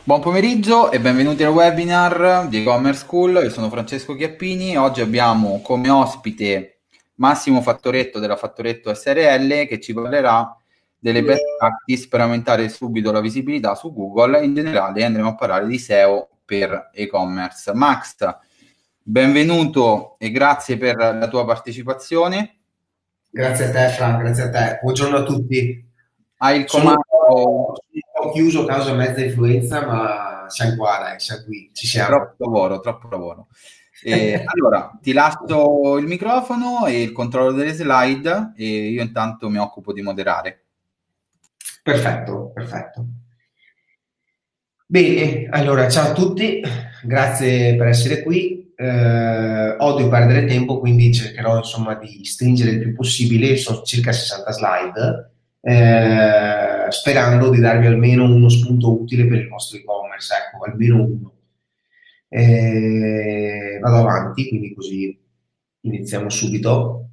Buon pomeriggio e benvenuti al webinar di E-Commerce School. Io sono Francesco Chiappini. Oggi abbiamo come ospite Massimo Fattoretto della Fattoretto SRL che ci parlerà delle best practice per aumentare subito la visibilità su Google e in generale andremo a parlare di SEO per e-commerce. Max, benvenuto e grazie per la tua partecipazione. Grazie a te, Fra, grazie a te. Buongiorno a tutti. Hai il Sono un comando. po', chiuso a causa mezza influenza, ma siamo qua, dai, siamo qui, ci siamo. Troppo lavoro, troppo lavoro. Allora, ti lascio il microfono e il controllo delle slide e io intanto mi occupo di moderare. Perfetto, perfetto. Bene, allora, ciao a tutti, grazie per essere qui. Odio perdere tempo, quindi cercherò insomma di stringere il più possibile, sono circa 60 slide, sperando di darvi almeno uno spunto utile per il vostro e-commerce, ecco, almeno uno. Vado avanti, quindi così iniziamo subito.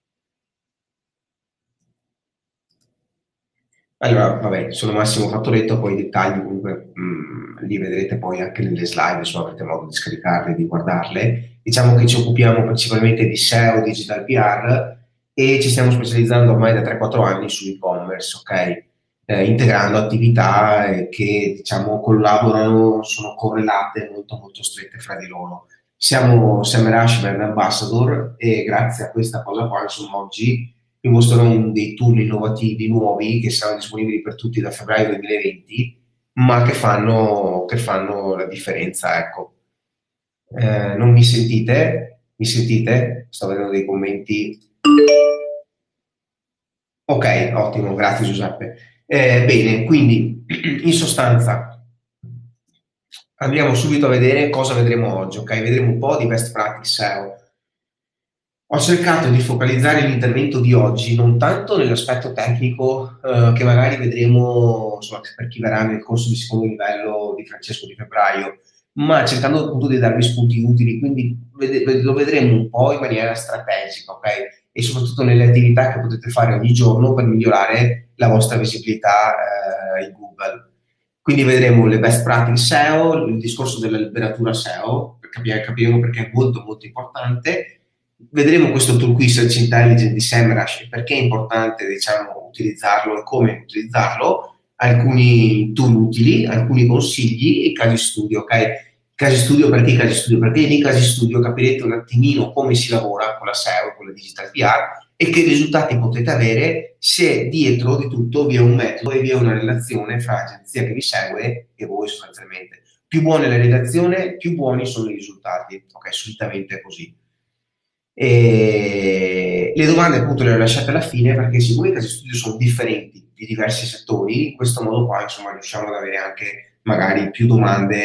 Allora, vabbè, sono Massimo Fattoretto, poi i dettagli comunque li vedrete poi anche nelle slide, insomma avrete modo di scaricarle, di guardarle. Diciamo che ci occupiamo principalmente di SEO, Digital PR e ci stiamo specializzando ormai da 3-4 anni su e-commerce, ok? Integrando attività che diciamo collaborano, sono correlate molto molto strette fra di loro. Siamo Semrush Brand Ambassador e grazie a questa cosa qua, insomma, oggi vi mostrerò dei tool innovativi nuovi che saranno disponibili per tutti da febbraio 2020, ma che fanno la differenza, ecco. Non mi sentite? Mi sentite? Sto vedendo dei commenti. Ok, ottimo, grazie Giuseppe. Bene, quindi in sostanza andiamo subito a vedere cosa vedremo oggi, ok? Vedremo un po' di best practice SEO. Ho cercato di focalizzare l'intervento di oggi non tanto nell'aspetto tecnico, che magari vedremo insomma, per chi verrà nel corso di secondo livello di Francesco di febbraio, ma cercando appunto di darvi spunti utili, quindi lo vedremo un po' in maniera strategica, ok? E soprattutto nelle attività che potete fare ogni giorno per migliorare la vostra visibilità in Google. Quindi vedremo le best practice SEO, il discorso della liberatura SEO, per capiremo perché è molto molto importante. Vedremo questo tool qui, Search Intelligence di Semrush, e perché è importante, diciamo, utilizzarlo e come utilizzarlo, alcuni tool utili, alcuni consigli e casi studio, ok? Casi studio perché i casi studio? Perché nei casi studio capirete un attimino come si lavora con la SEO, con la Digital PR e che risultati potete avere se dietro di tutto vi è un metodo e vi è una relazione fra l'agenzia che vi segue e voi sostanzialmente. Più buona è la relazione, più buoni sono i risultati, ok? Solitamente è così. E le domande appunto le ho lasciate alla fine perché siccome i casi studio sono differenti di diversi settori, in questo modo qua insomma riusciamo ad avere anche magari più domande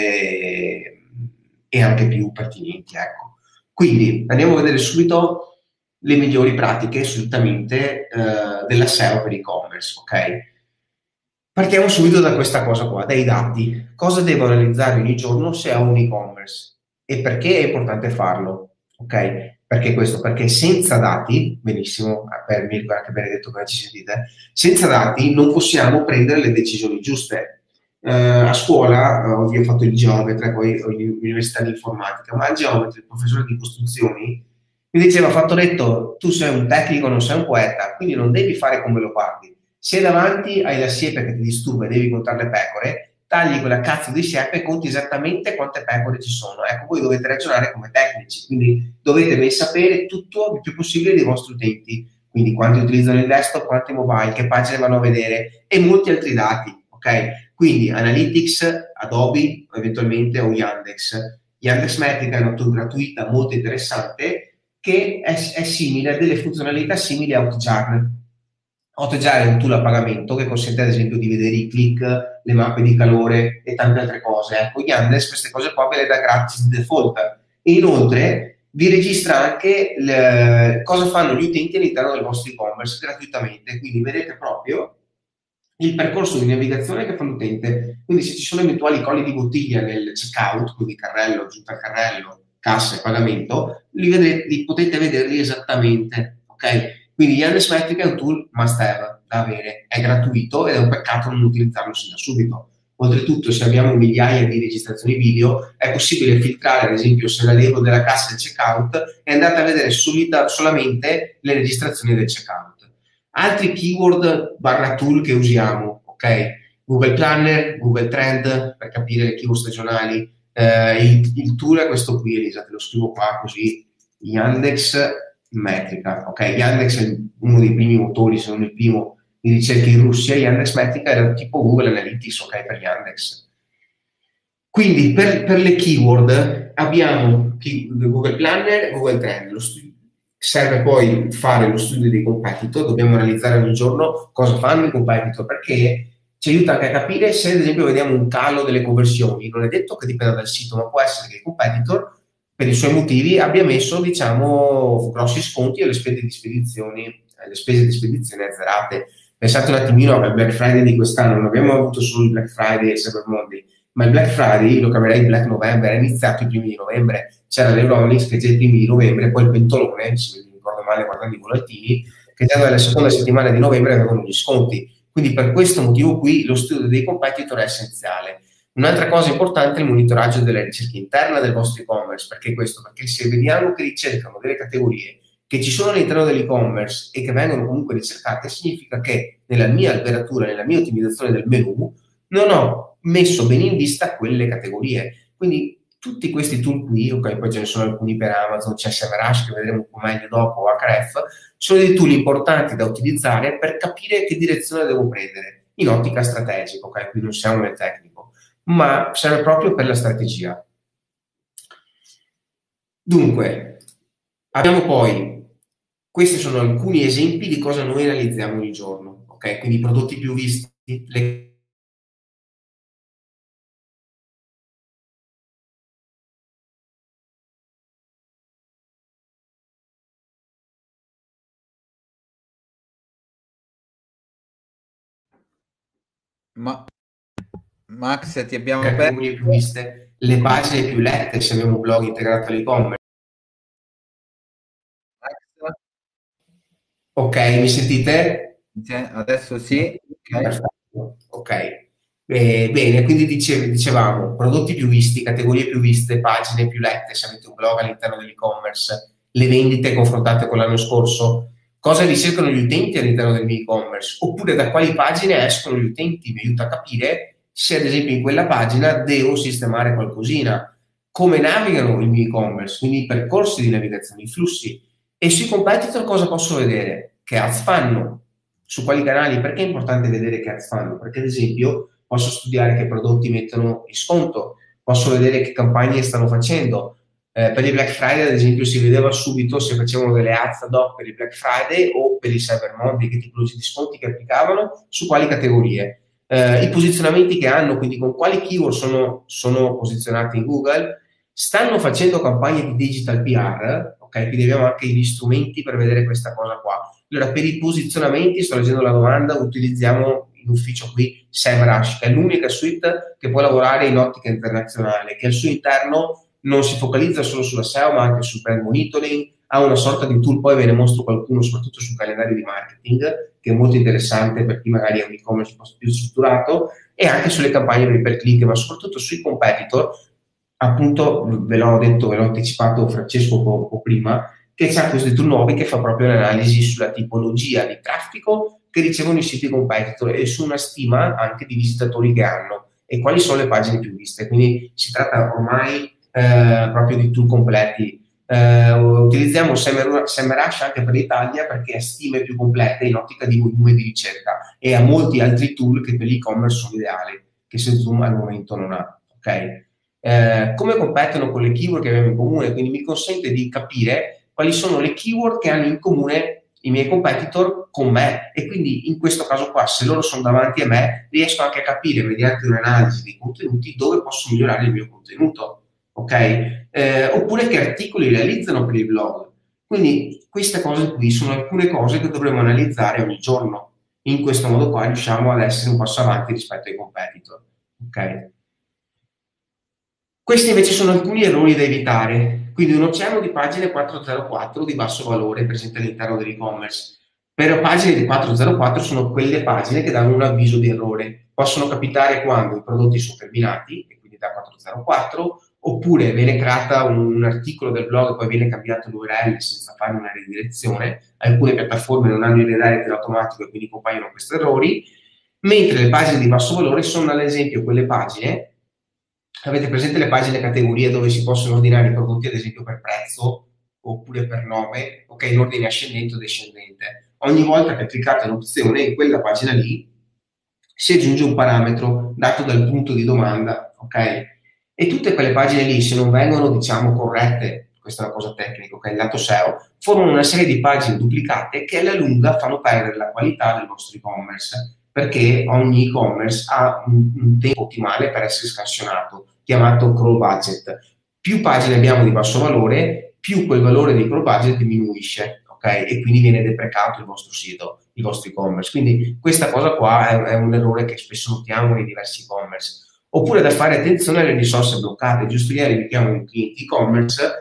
e anche più pertinenti, ecco. Quindi andiamo a vedere subito le migliori pratiche solitamente della SEO per e-commerce, ok? Partiamo subito da questa cosa qua, dai dati. Cosa devo analizzare ogni giorno se ho un e-commerce e perché è importante farlo, ok? Perché questo? Perché senza dati, benissimo, per me, guarda che benedetto che ci sentite, senza dati non possiamo prendere le decisioni giuste. A scuola, io ho fatto il geometra e poi ho l'università di informatica, ma il geometra, il professore di costruzioni, mi diceva, Fattoretto, tu sei un tecnico, non sei un poeta, quindi non devi fare come lo parli. Se davanti hai la siepe che ti disturba e devi contare le pecore, tagli quella cazzo di siepe e conti esattamente quante pecore ci sono. Ecco, voi dovete ragionare come tecnici, quindi dovete ben sapere tutto il più possibile dei vostri utenti, quindi quanti utilizzano il desktop, quanti mobile, che pagine vanno a vedere e molti altri dati, ok? Quindi Analytics, Adobe, eventualmente o Yandex. Yandex Metrica è una tool gratuita molto interessante che è simile a delle funzionalità simili a Hotjar. Hotjar è un tool a pagamento che consente ad esempio di vedere i click, le mappe di calore e tante altre cose. Ecco, Yandex queste cose qua ve le dà gratis di default e inoltre vi registra anche cosa fanno gli utenti all'interno del vostro e-commerce gratuitamente, quindi vedete proprio il percorso di navigazione che fa l'utente. Quindi se ci sono eventuali colli di bottiglia nel checkout, quindi carrello, giunta al carrello, cassa e pagamento, li potete vederli esattamente, ok? Quindi Yandex Metrica è un tool must have da avere, è gratuito ed è un peccato non utilizzarlo sin da subito. Oltretutto, se abbiamo migliaia di registrazioni video, è possibile filtrare, ad esempio, se la levo della cassa del checkout e andate a vedere solamente le registrazioni del checkout. Altri keyword barra tool che usiamo, ok? Google Planner, Google Trend per capire le keyword stagionali. Il tool è questo qui, Elisa, te lo scrivo qua così, Yandex Metrica, ok? Yandex è uno dei primi motori, se non il primo, di ricerca in Russia. Yandex Metrica era tipo Google Analytics, ok, per Yandex. Quindi per le keyword abbiamo Google Planner e Google Trend. Serve poi fare lo studio dei competitor, dobbiamo analizzare ogni giorno cosa fanno i competitor, perché ci aiuta anche a capire se ad esempio vediamo un calo delle conversioni. Non è detto che dipenda dal sito, ma può essere che il competitor per i suoi motivi abbia messo, diciamo, grossi sconti alle spese di spedizione, azzerate. Pensate un attimino al Black Friday di quest'anno, non abbiamo avuto solo il Black Friday e il Cyber Monday, ma il Black Friday, lo chiamerei Black November, è iniziato i primi di novembre. C'era l'Euronix che già i primi di novembre, poi il pentolone, se mi ricordo male guardando i volantini, che già dalla seconda settimana di novembre avevano gli sconti. Quindi per questo motivo qui lo studio dei competitor è essenziale. Un'altra cosa importante è il monitoraggio della ricerca interna del vostro e-commerce. Perché questo? Perché se vediamo che ricercano delle categorie che ci sono all'interno dell'e-commerce e che vengono comunque ricercate, significa che nella mia alberatura, nella mia ottimizzazione del menu, non ho messo bene in vista quelle categorie. Quindi tutti questi tool qui, ok, poi ce ne sono alcuni per Amazon, c'è SEMrush che vedremo un po' meglio dopo, o Ahrefs, sono dei tool importanti da utilizzare per capire che direzione devo prendere in ottica strategica, ok? Qui non siamo nel tecnico, ma serve proprio per la strategia. Dunque, abbiamo poi, questi sono alcuni esempi di cosa noi realizziamo ogni giorno, ok? Quindi i prodotti più visti, le Ma Max, ti abbiamo categorie più perso? viste, le pagine più lette se abbiamo un blog integrato all'e-commerce. Max? Ok, mi sentite? Adesso sì, ok. Perfetto, ok. Bene, quindi dicevamo, prodotti più visti, categorie più viste, pagine più lette, se avete un blog all'interno dell'e-commerce, le vendite confrontate con l'anno scorso, cosa ricercano gli utenti all'interno del mio e-commerce, oppure da quali pagine escono gli utenti, mi aiuta a capire se ad esempio in quella pagina devo sistemare qualcosina, come navigano il mio e-commerce, quindi i percorsi di navigazione, i flussi, e sui competitor cosa posso vedere? Che ads fanno? Su quali canali? Perché è importante vedere che ads fanno? Perché ad esempio posso studiare che prodotti mettono in sconto, posso vedere che campagne stanno facendo. Per il Black Friday, ad esempio, si vedeva subito se facevano delle ads ad hoc per il Black Friday o per il Cyber Monday, che tipologie di sconti che applicavano, su quali categorie. I posizionamenti che hanno, quindi con quali keyword sono posizionati in Google, stanno facendo campagne di digital PR, ok? Quindi abbiamo anche gli strumenti per vedere questa cosa qua. Allora, per i posizionamenti, sto leggendo la domanda, utilizziamo in ufficio qui SEMrush, che è l'unica suite che può lavorare in ottica internazionale, che al suo interno non si focalizza solo sulla SEO, ma anche sul brand monitoring, ha una sorta di tool, poi ve ne mostro qualcuno, soprattutto sul calendario di marketing, che è molto interessante per chi magari ha un e-commerce un po' più strutturato, e anche sulle campagne per click, ma soprattutto sui competitor. Appunto, ve l'ho detto, ve l'ho anticipato Francesco un po' prima, che c'è questi tool nuovi che fa proprio l'analisi sulla tipologia di traffico che ricevono i siti competitor e su una stima anche di visitatori che hanno e quali sono le pagine più viste. Quindi si tratta ormai proprio di tool completi. Utilizziamo SEMrush anche per l'Italia perché ha stime più complete in ottica di volume di ricerca e ha molti altri tool che per l'e-commerce sono ideali, che Zoom al momento non ha. Okay? Come competono con le keyword che abbiamo in comune, quindi mi consente di capire quali sono le keyword che hanno in comune i miei competitor con me e quindi in questo caso qua, se loro sono davanti a me, riesco anche a capire mediante un'analisi dei contenuti dove posso migliorare il mio contenuto, ok? Oppure che articoli realizzano per il blog. Quindi queste cose qui sono alcune cose che dovremo analizzare ogni giorno. In questo modo qua riusciamo ad essere un passo avanti rispetto ai competitor, ok? Questi invece sono alcuni errori da evitare. Quindi un oceano di pagine 404 di basso valore presente all'interno dell'e-commerce. Per pagine di 404 sono quelle pagine che danno un avviso di errore. Possono capitare quando i prodotti sono terminati, e quindi da 404, oppure viene creata un articolo del blog e poi viene cambiato l'URL senza fare una ridirezione. Alcune piattaforme non hanno il redirect in automatico e quindi compaiono questi errori, mentre le pagine di basso valore sono ad esempio quelle pagine, avete presente le pagine categorie dove si possono ordinare i prodotti ad esempio per prezzo oppure per nome, ok, in ordine ascendente o descendente. Ogni volta che cliccate un'opzione in quella pagina lì si aggiunge un parametro dato dal punto di domanda, ok? E tutte quelle pagine lì, se non vengono, diciamo, corrette, questa è una cosa tecnica, ok? Il lato SEO, formano una serie di pagine duplicate che alla lunga fanno perdere la qualità del vostro e-commerce, perché ogni e-commerce ha un tempo ottimale per essere scansionato, chiamato crawl budget. Più pagine abbiamo di basso valore, più quel valore di crawl budget diminuisce, ok? E quindi viene deprecato il vostro sito, il vostro e-commerce. Quindi questa cosa qua è un errore che spesso notiamo nei diversi e-commerce. Oppure da fare attenzione alle risorse bloccate. Giusto ieri mi chiama un cliente e-commerce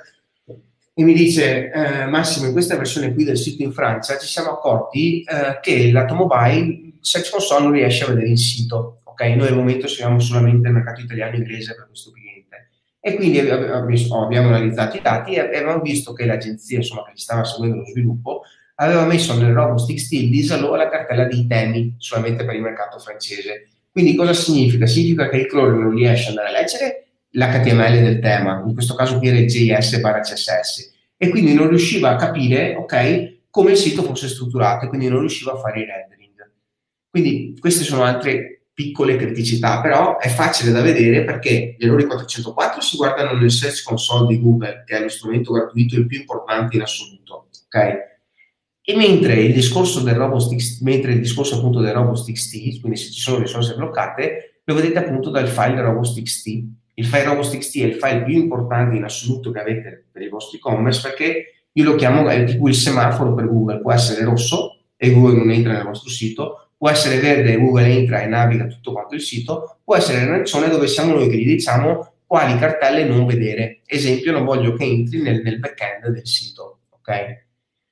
e mi dice Massimo, in questa versione qui del sito in Francia ci siamo accorti che il lato mobile Search Console non riesce a vedere il sito. Ok, noi al momento seguiamo solamente il mercato italiano e inglese per questo cliente. E quindi abbiamo analizzato i dati e abbiamo visto che l'agenzia, insomma, che gli stava seguendo lo sviluppo, aveva messo nel Robots.txt il disallow alla cartella di temi solamente per il mercato francese. Quindi cosa significa? Significa che il crawler non riesce ad andare a leggere l'HTML del tema, in questo caso qui era il JS/CSS, e quindi non riusciva a capire, ok, come il sito fosse strutturato, e quindi non riusciva a fare i rendering. Quindi queste sono altre piccole criticità, però è facile da vedere perché gli errori 404 si guardano nel Search Console di Google, che è lo strumento gratuito il più importante in assoluto, ok? E mentre il discorso del Robots.txt, mentre il discorso appunto del Robots.txt, quindi se ci sono risorse bloccate, lo vedete appunto dal file Robots.txt. Il file Robots.txt è il file più importante in assoluto che avete per i vostri e-commerce, perché io lo chiamo, è tipo il semaforo per Google. Può essere rosso e Google non entra nel vostro sito, può essere verde e Google entra e naviga tutto quanto il sito, può essere arancione dove siamo noi che gli diciamo quali cartelle non vedere. Esempio, non voglio che entri nel back-end del sito, ok?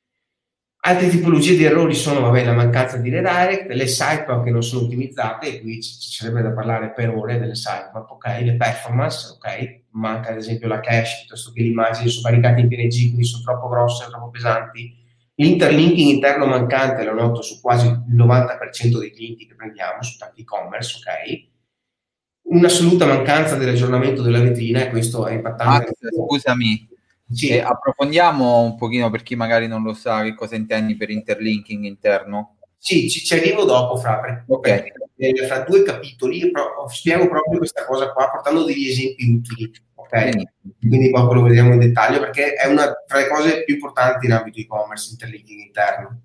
Altre tipologie di errori sono, vabbè, la mancanza di redirect, le sitemap che non sono ottimizzate, e qui ci sarebbe da parlare per ore delle sitemap, ok? Le performance, ok? Manca ad esempio la cache, piuttosto che le immagini sono caricate in PNG, quindi sono troppo grosse, troppo pesanti. L'interlinking interno mancante lo noto su quasi il 90% dei clienti che prendiamo, su tanti e-commerce, ok? Un'assoluta mancanza dell'aggiornamento della vetrina, e questo è impattante. Max, scusami, Sì. approfondiamo un pochino per chi magari non lo sa che cosa intendi per interlinking interno. Sì, ci arrivo dopo, Ok, perché fra due capitoli spiego proprio questa cosa qua, portando degli esempi utili, ok? benissimo. Quindi poi lo vedremo in dettaglio, perché è una tra le cose più importanti in ambito e-commerce, interlinking interno.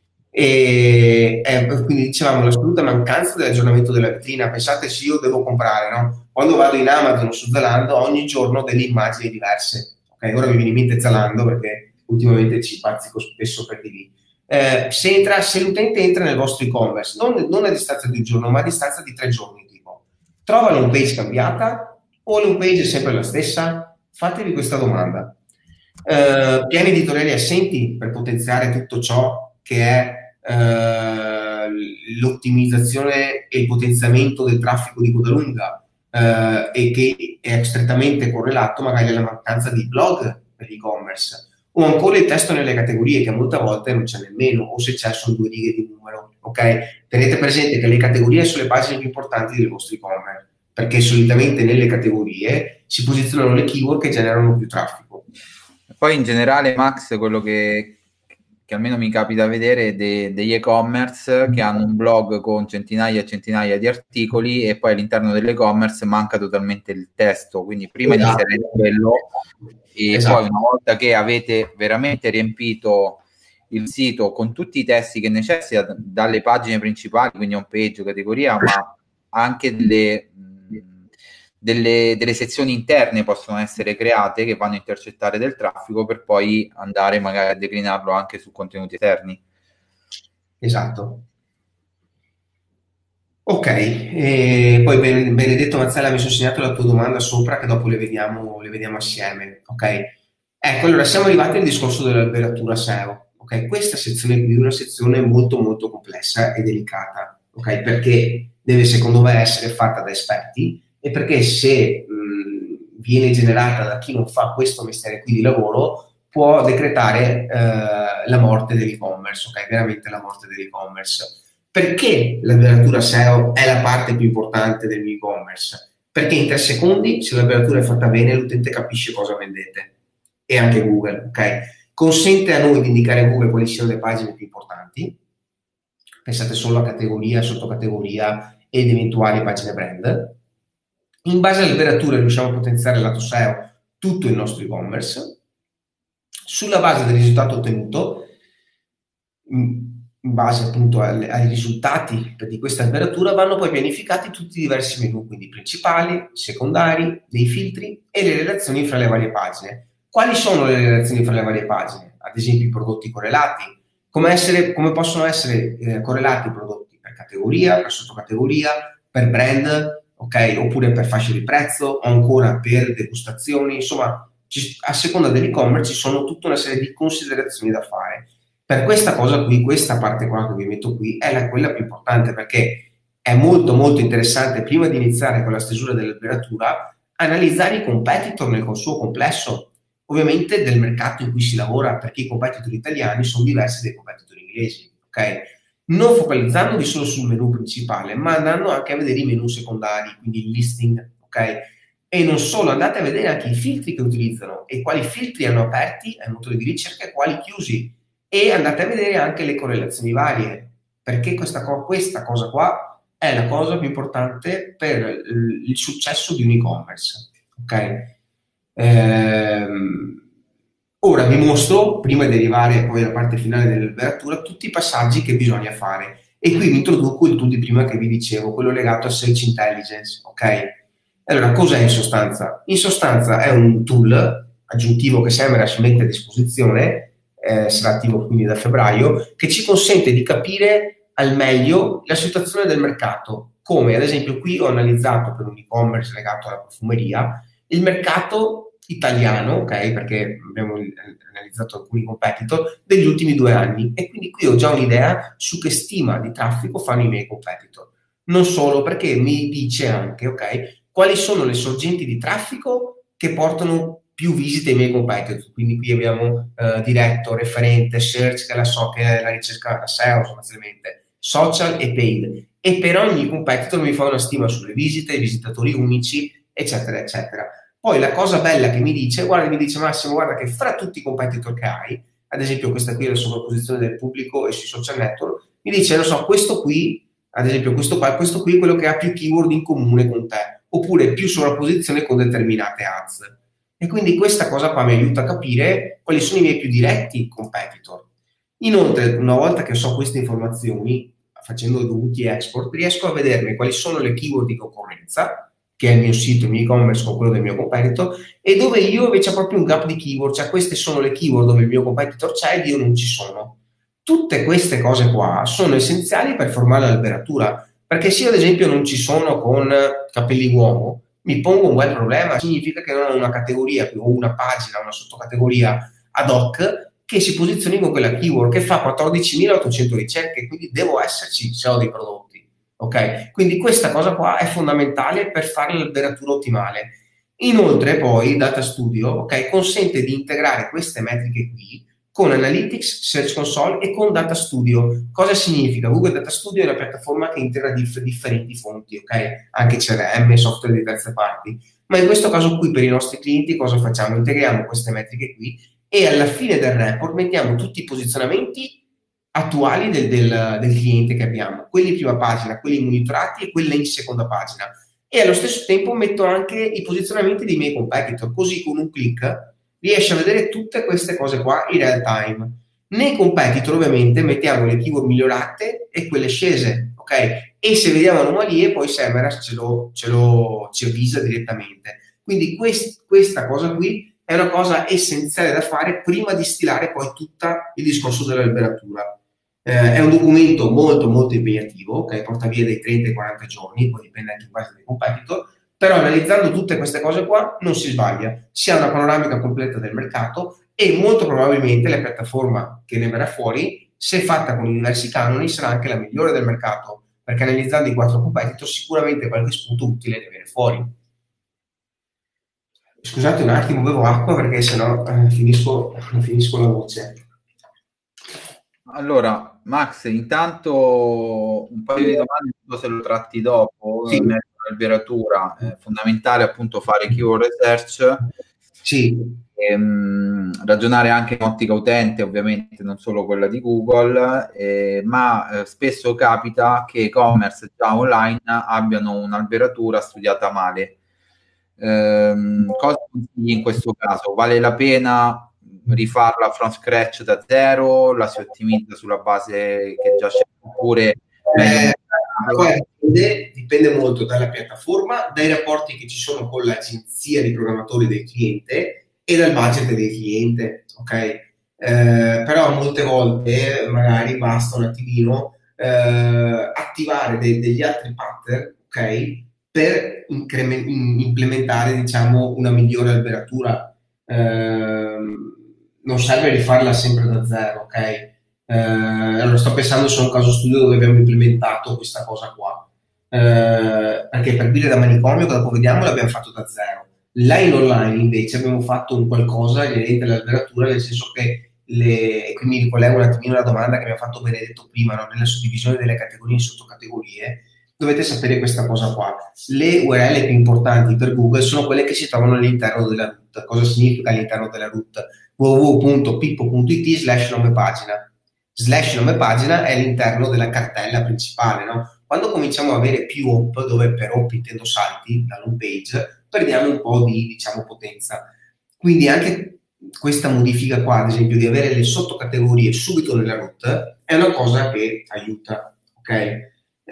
Quindi dicevamo l'assoluta mancanza dell'aggiornamento della vetrina. Pensate, se io devo comprare, no? Quando vado in Amazon o su Zalando, ogni giorno ho delle immagini diverse. Ok, ora mi viene in mente Zalando perché ultimamente ci bazzico spesso per di lì. Se l'utente entra nel vostro e-commerce, non a distanza di un giorno, ma a distanza di 3 giorni, tipo, trova l'home page cambiata o l'home page è sempre la stessa? Fatevi questa domanda. Piani editoriali assenti per potenziare tutto ciò che è l'ottimizzazione e il potenziamento del traffico di coda lunga, e che è strettamente correlato magari alla mancanza di blog per l'e-commerce, o ancora il testo nelle categorie, che molte volte non c'è nemmeno, o se c'è sono 2 righe di numero, ok? Tenete presente che le categorie sono le pagine più importanti del vostro e-commerce, perché solitamente nelle categorie si posizionano le keyword che generano più traffico. Poi in generale, Max, quello che almeno mi capita vedere degli e-commerce che hanno un blog con centinaia e centinaia di articoli e poi all'interno dell'e-commerce manca totalmente il testo, quindi prima di inserire quello e poi una volta che avete veramente riempito il sito con tutti i testi che necessita dalle pagine principali, quindi home page, categoria, ma anche delle sezioni interne possono essere create che vanno a intercettare del traffico per poi andare magari a declinarlo anche su contenuti esterni. Esatto. Ok, poi Benedetto Mazzella mi sono segnato la tua domanda sopra, che dopo le vediamo assieme. Ok, ecco, allora siamo arrivati al discorso dell'alberatura SEO. ok? Questa sezione qui è una sezione molto molto complessa e delicata, ok? Perché deve secondo me essere fatta da esperti e perché se viene generata da chi non fa questo mestiere qui di lavoro può decretare la morte dell'e-commerce, ok? Veramente la morte dell'e-commerce. Perché la letteratura SEO è la parte più importante dell'e-commerce? Perché in 3 secondi, se la letteratura è fatta bene, l'utente capisce cosa vendete. E anche Google, ok? Consente a noi di indicare a Google quali siano le pagine più importanti. Pensate solo a categoria, sottocategoria ed eventuali pagine brand. In base alle letterature riusciamo a potenziare il lato SEO tutto il nostro e-commerce. Sulla base del risultato ottenuto, in base appunto ai risultati di questa letteratura, vanno poi pianificati tutti i diversi menu, quindi principali, secondari, dei filtri e le relazioni fra le varie pagine. Quali sono le relazioni fra le varie pagine? Ad esempio i prodotti correlati. Come possono essere correlati i prodotti per categoria, per sottocategoria, per brand, ok? Oppure per fasce di prezzo o ancora per degustazioni. Insomma, a seconda dell'e-commerce ci sono tutta una serie di considerazioni da fare. Per questa cosa qui, questa parte qua che vi metto qui, è quella più importante perché è molto molto interessante prima di iniziare con la stesura della letteratura analizzare i competitor nel suo complesso, ovviamente del mercato in cui si lavora, perché i competitor italiani sono diversi dai competitor inglesi, ok? Non focalizzandovi solo sul menu principale, ma andando anche a vedere i menu secondari, quindi il listing, ok? E non solo, andate a vedere anche i filtri che utilizzano e quali filtri hanno aperti ai motori di ricerca e quali chiusi e andate a vedere anche le correlazioni varie, perché questa cosa qua è la cosa più importante per il successo di un e-commerce. Ok? Ora vi mostro, prima di arrivare poi alla parte finale della letteratura, tutti i passaggi che bisogna fare. E qui vi introduco il tool di prima che vi dicevo, quello legato a Search Intelligence. Ok? Allora, cos'è in sostanza? In sostanza è un tool aggiuntivo che Semrush si mette a disposizione, sarà attivo quindi da febbraio, che ci consente di capire al meglio la situazione del mercato. Come ad esempio qui ho analizzato per un e-commerce legato alla profumeria il mercato italiano, ok? Perché abbiamo analizzato alcuni competitor degli ultimi 2 anni e quindi qui ho già un'idea su che stima di traffico fanno i miei competitor. Non solo, perché mi dice anche, ok, quali sono le sorgenti di traffico che portano più visite ai miei competitor. Quindi qui abbiamo diretto, referente, search, che è la ricerca SEO sostanzialmente, social e paid. E per ogni competitor mi fa una stima sulle visite, i visitatori unici, eccetera, eccetera. Poi la cosa bella che mi dice Massimo, guarda che fra tutti i competitor che hai, ad esempio questa qui è la sovrapposizione del pubblico e sui social network, mi dice, non so, questo qui, ad esempio questo qui è quello che ha più keyword in comune con te, oppure più sovrapposizione con determinate ads. E quindi questa cosa qua mi aiuta a capire quali sono i miei più diretti competitor. Inoltre, una volta che so queste informazioni, facendo dovuti export, riesco a vedermi quali sono le keyword di concorrenza, che è il mio sito, il mio e-commerce con quello del mio competitor, e dove io invece ho proprio un gap di keyword, cioè queste sono le keyword dove il mio competitor c'è ed io non ci sono. Tutte queste cose qua sono essenziali per formare l'alberatura, perché se io ad esempio non ci sono con capelli uomo, mi pongo un bel problema, significa che non ho una categoria o una pagina, una sottocategoria ad hoc che si posizioni con quella keyword che fa 14.800 ricerche, quindi devo esserci se ho dei prodotti. Ok? Quindi questa cosa qua è fondamentale per fare l'alberatura ottimale. Inoltre poi Data Studio, ok, consente di integrare queste metriche qui con Analytics, Search Console e con Data Studio. Cosa significa? Google Data Studio è una piattaforma che integra differenti fonti, ok? Anche CRM, software di terze parti. Ma in questo caso qui per i nostri clienti cosa facciamo? Integriamo queste metriche qui e alla fine del report mettiamo tutti i posizionamenti attuali del cliente che abbiamo, quelli in prima pagina, quelli monitorati e quelli in seconda pagina. E allo stesso tempo metto anche i posizionamenti dei miei competitor, così con un clic riesce a vedere tutte queste cose qua in real time. Nei competitor ovviamente mettiamo le keyword migliorate e quelle scese, ok? E se vediamo anomalie poi Semrush ci avvisa direttamente. Quindi questa cosa qui è una cosa essenziale da fare prima di stilare poi tutto il discorso della letteratura. È un documento molto molto impegnativo che porta via dai 30 ai 40 giorni, poi dipende anche in base dai competitor, però analizzando tutte queste cose qua non si sbaglia, si ha una panoramica completa del mercato e molto probabilmente la piattaforma che ne verrà fuori, se fatta con i diversi canoni, sarà anche la migliore del mercato, perché analizzando i 4 competitor sicuramente qualche spunto utile ne viene fuori. Scusate un attimo, bevo acqua perché sennò finisco la voce. Allora, Max, intanto un paio di domande, non so se lo tratti dopo, Sì, merito l'alberatura, è fondamentale appunto fare keyword research, sì, ragionare anche in ottica utente, ovviamente non solo quella di Google, ma spesso capita che e-commerce già online abbiano un'alberatura studiata male. Cosa consigli in questo caso? Vale la pena rifarla from scratch da zero? La si ottimizza sulla base che già c'è? Oppure meglio Eh, modificarla? guarda, dipende molto dalla piattaforma, dai rapporti che ci sono con l'agenzia di programmatori del cliente e dal budget del cliente, ok? Però molte volte magari basta un attimino attivare degli altri pattern, ok? Per implementare, diciamo, una migliore alberatura. Non serve rifarla sempre da zero, ok? Allora sto pensando su un caso studio dove abbiamo implementato questa cosa qua. Perché per dire da manicomio, che dopo vediamo, l'abbiamo fatto da zero. Là in online invece abbiamo fatto un qualcosa inerente all'alberatura, nel senso che e qui mi ricollego un attimino alla domanda che mi ha fatto Benedetto prima, no? Nella suddivisione delle categorie in sottocategorie, dovete sapere questa cosa qua. Le URL più importanti per Google sono quelle che si trovano all'interno della root. Cosa significa all'interno della root? www.pippo.it/nome pagina. Slash nome pagina è all'interno della cartella principale, no? Quando cominciamo ad avere più hop, dove per hop intendo salti dall'home page, perdiamo un po' di, diciamo, potenza. Quindi anche questa modifica qua, ad esempio, di avere le sottocategorie subito nella root, è una cosa che aiuta, ok?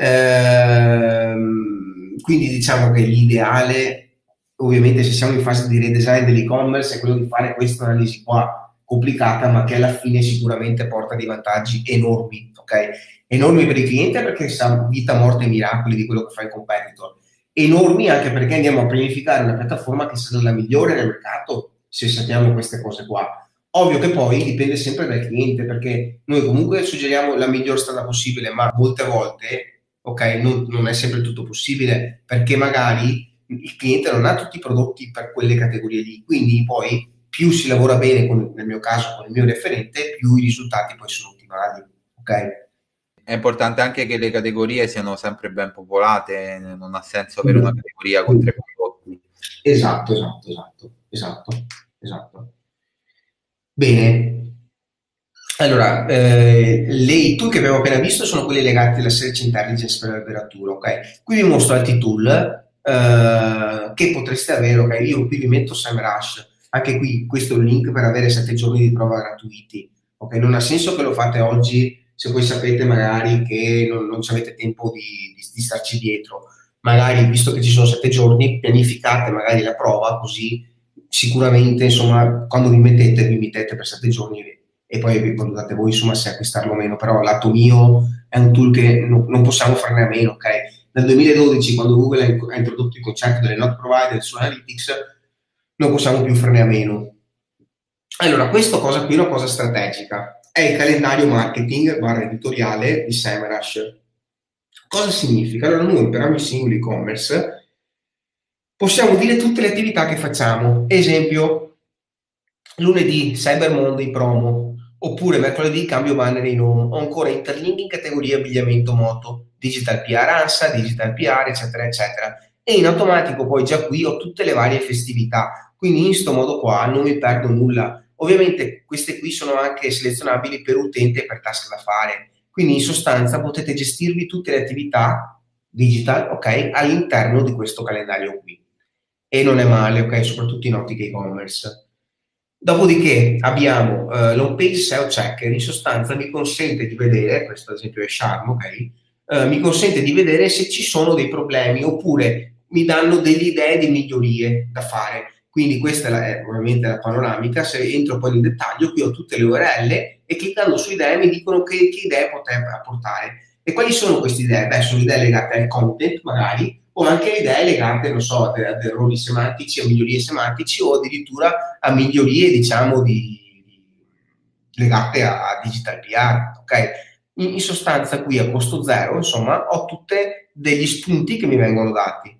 Quindi diciamo che l'ideale, ovviamente se siamo in fase di redesign dell'e-commerce, è quello di fare questa analisi qua, complicata, ma che alla fine sicuramente porta dei vantaggi enormi, ok? Enormi per il cliente perché sa vita, morte e miracoli di quello che fa il competitor. Enormi anche perché andiamo a pianificare una piattaforma che sarà la migliore nel mercato se sappiamo queste cose qua. Ovvio che poi dipende sempre dal cliente, perché noi comunque suggeriamo la miglior strada possibile, ma molte volte, ok, non è sempre tutto possibile, perché magari il cliente non ha tutti i prodotti per quelle categorie lì, quindi poi più si lavora bene, nel mio caso con il mio referente, più i risultati poi sono ottimali, ok? È importante anche che le categorie siano sempre ben popolate, non ha senso avere una categoria con 3 prodotti. Esatto, esatto, esatto, esatto, esatto. Bene. Allora, le tool che abbiamo appena visto sono quelli legati alla search intelligence per l'alberatura, ok? Qui vi mostro altri tool che potreste avere, ok? Io qui vi metto SEMrush, anche qui questo è un link per avere 7 giorni di prova gratuiti, ok? Non ha senso che lo fate oggi se voi sapete magari che non avete tempo di starci dietro. Magari, visto che ci sono 7 giorni, pianificate magari la prova, così sicuramente, insomma, quando vi mettete per 7 giorni e poi vi valutate voi, insomma, se acquistarlo o meno, però lato mio è un tool che non possiamo farne a meno, ok? Nel 2012, quando Google ha introdotto il concetto delle not provided su Analytics, non possiamo più farne a meno. Allora, questa cosa qui è una cosa strategica, è il calendario marketing barra editoriale di SEMrush. Cosa significa? Allora, noi per ogni singolo e-commerce possiamo dire tutte le attività che facciamo. Esempio, lunedì Cyber Monday promo, oppure mercoledì cambio banner in home, o ancora interlink in categoria abbigliamento moto, digital PR ANSA, digital PR, eccetera, eccetera. E in automatico poi già qui ho tutte le varie festività, quindi in questo modo qua non mi perdo nulla. Ovviamente queste qui sono anche selezionabili per utente e per task da fare, quindi in sostanza potete gestirvi tutte le attività digital, ok, all'interno di questo calendario qui. E non è male, ok, soprattutto in ottica e-commerce. Dopodiché abbiamo l'home page SEO checker, in sostanza mi consente di vedere, questo ad esempio è Charm, ok? Mi consente di vedere se ci sono dei problemi oppure mi danno delle idee di migliorie da fare. Quindi questa è ovviamente la panoramica, se entro poi nel dettaglio, qui ho tutte le URL e cliccando su idee mi dicono che idee potrei apportare. E quali sono queste idee? Beh, sono idee legate al content magari, o anche idee legate, non so, ad errori semantici, a migliorie semantici o addirittura a migliorie, diciamo, legate a digital PR, ok? In sostanza qui a costo zero, insomma, ho tutte degli spunti che mi vengono dati.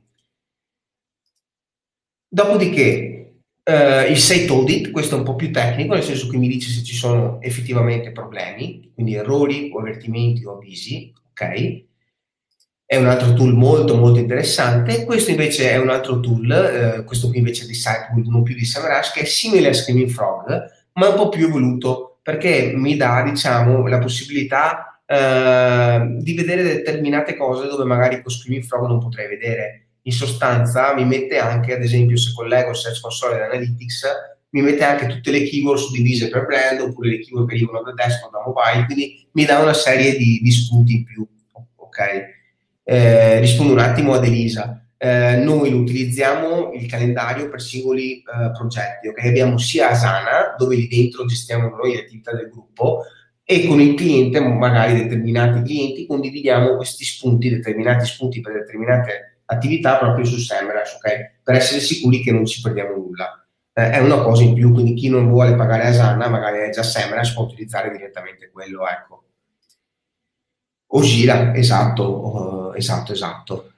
Dopodiché il site audit, questo è un po' più tecnico, nel senso che mi dice se ci sono effettivamente problemi, quindi errori o avvertimenti o avvisi, ok? È un altro tool molto molto interessante. Questo invece è un altro tool, questo qui invece di Sitewood, non più di SEMrush, che è simile a Screaming Frog, ma un po' più evoluto, perché mi dà, diciamo, la possibilità di vedere determinate cose dove magari con Screaming Frog non potrei vedere. In sostanza mi mette anche, ad esempio, se collego Search Console e Analytics, mi mette anche tutte le keyword suddivise per brand, oppure le keyword che arrivano da desktop, da mobile, quindi mi dà una serie di spunti in più, ok? Rispondo un attimo ad Elisa. Noi utilizziamo il calendario per singoli progetti, ok? Abbiamo sia Asana, dove lì dentro gestiamo noi le attività del gruppo, e con il cliente, magari determinati clienti, condividiamo questi spunti, determinati spunti per determinate attività proprio su SEMrush, ok? Per essere sicuri che non ci perdiamo nulla. È una cosa in più, quindi chi non vuole pagare Asana, magari è già SEMrush, può utilizzare direttamente quello, ecco. O gira, esatto, esatto.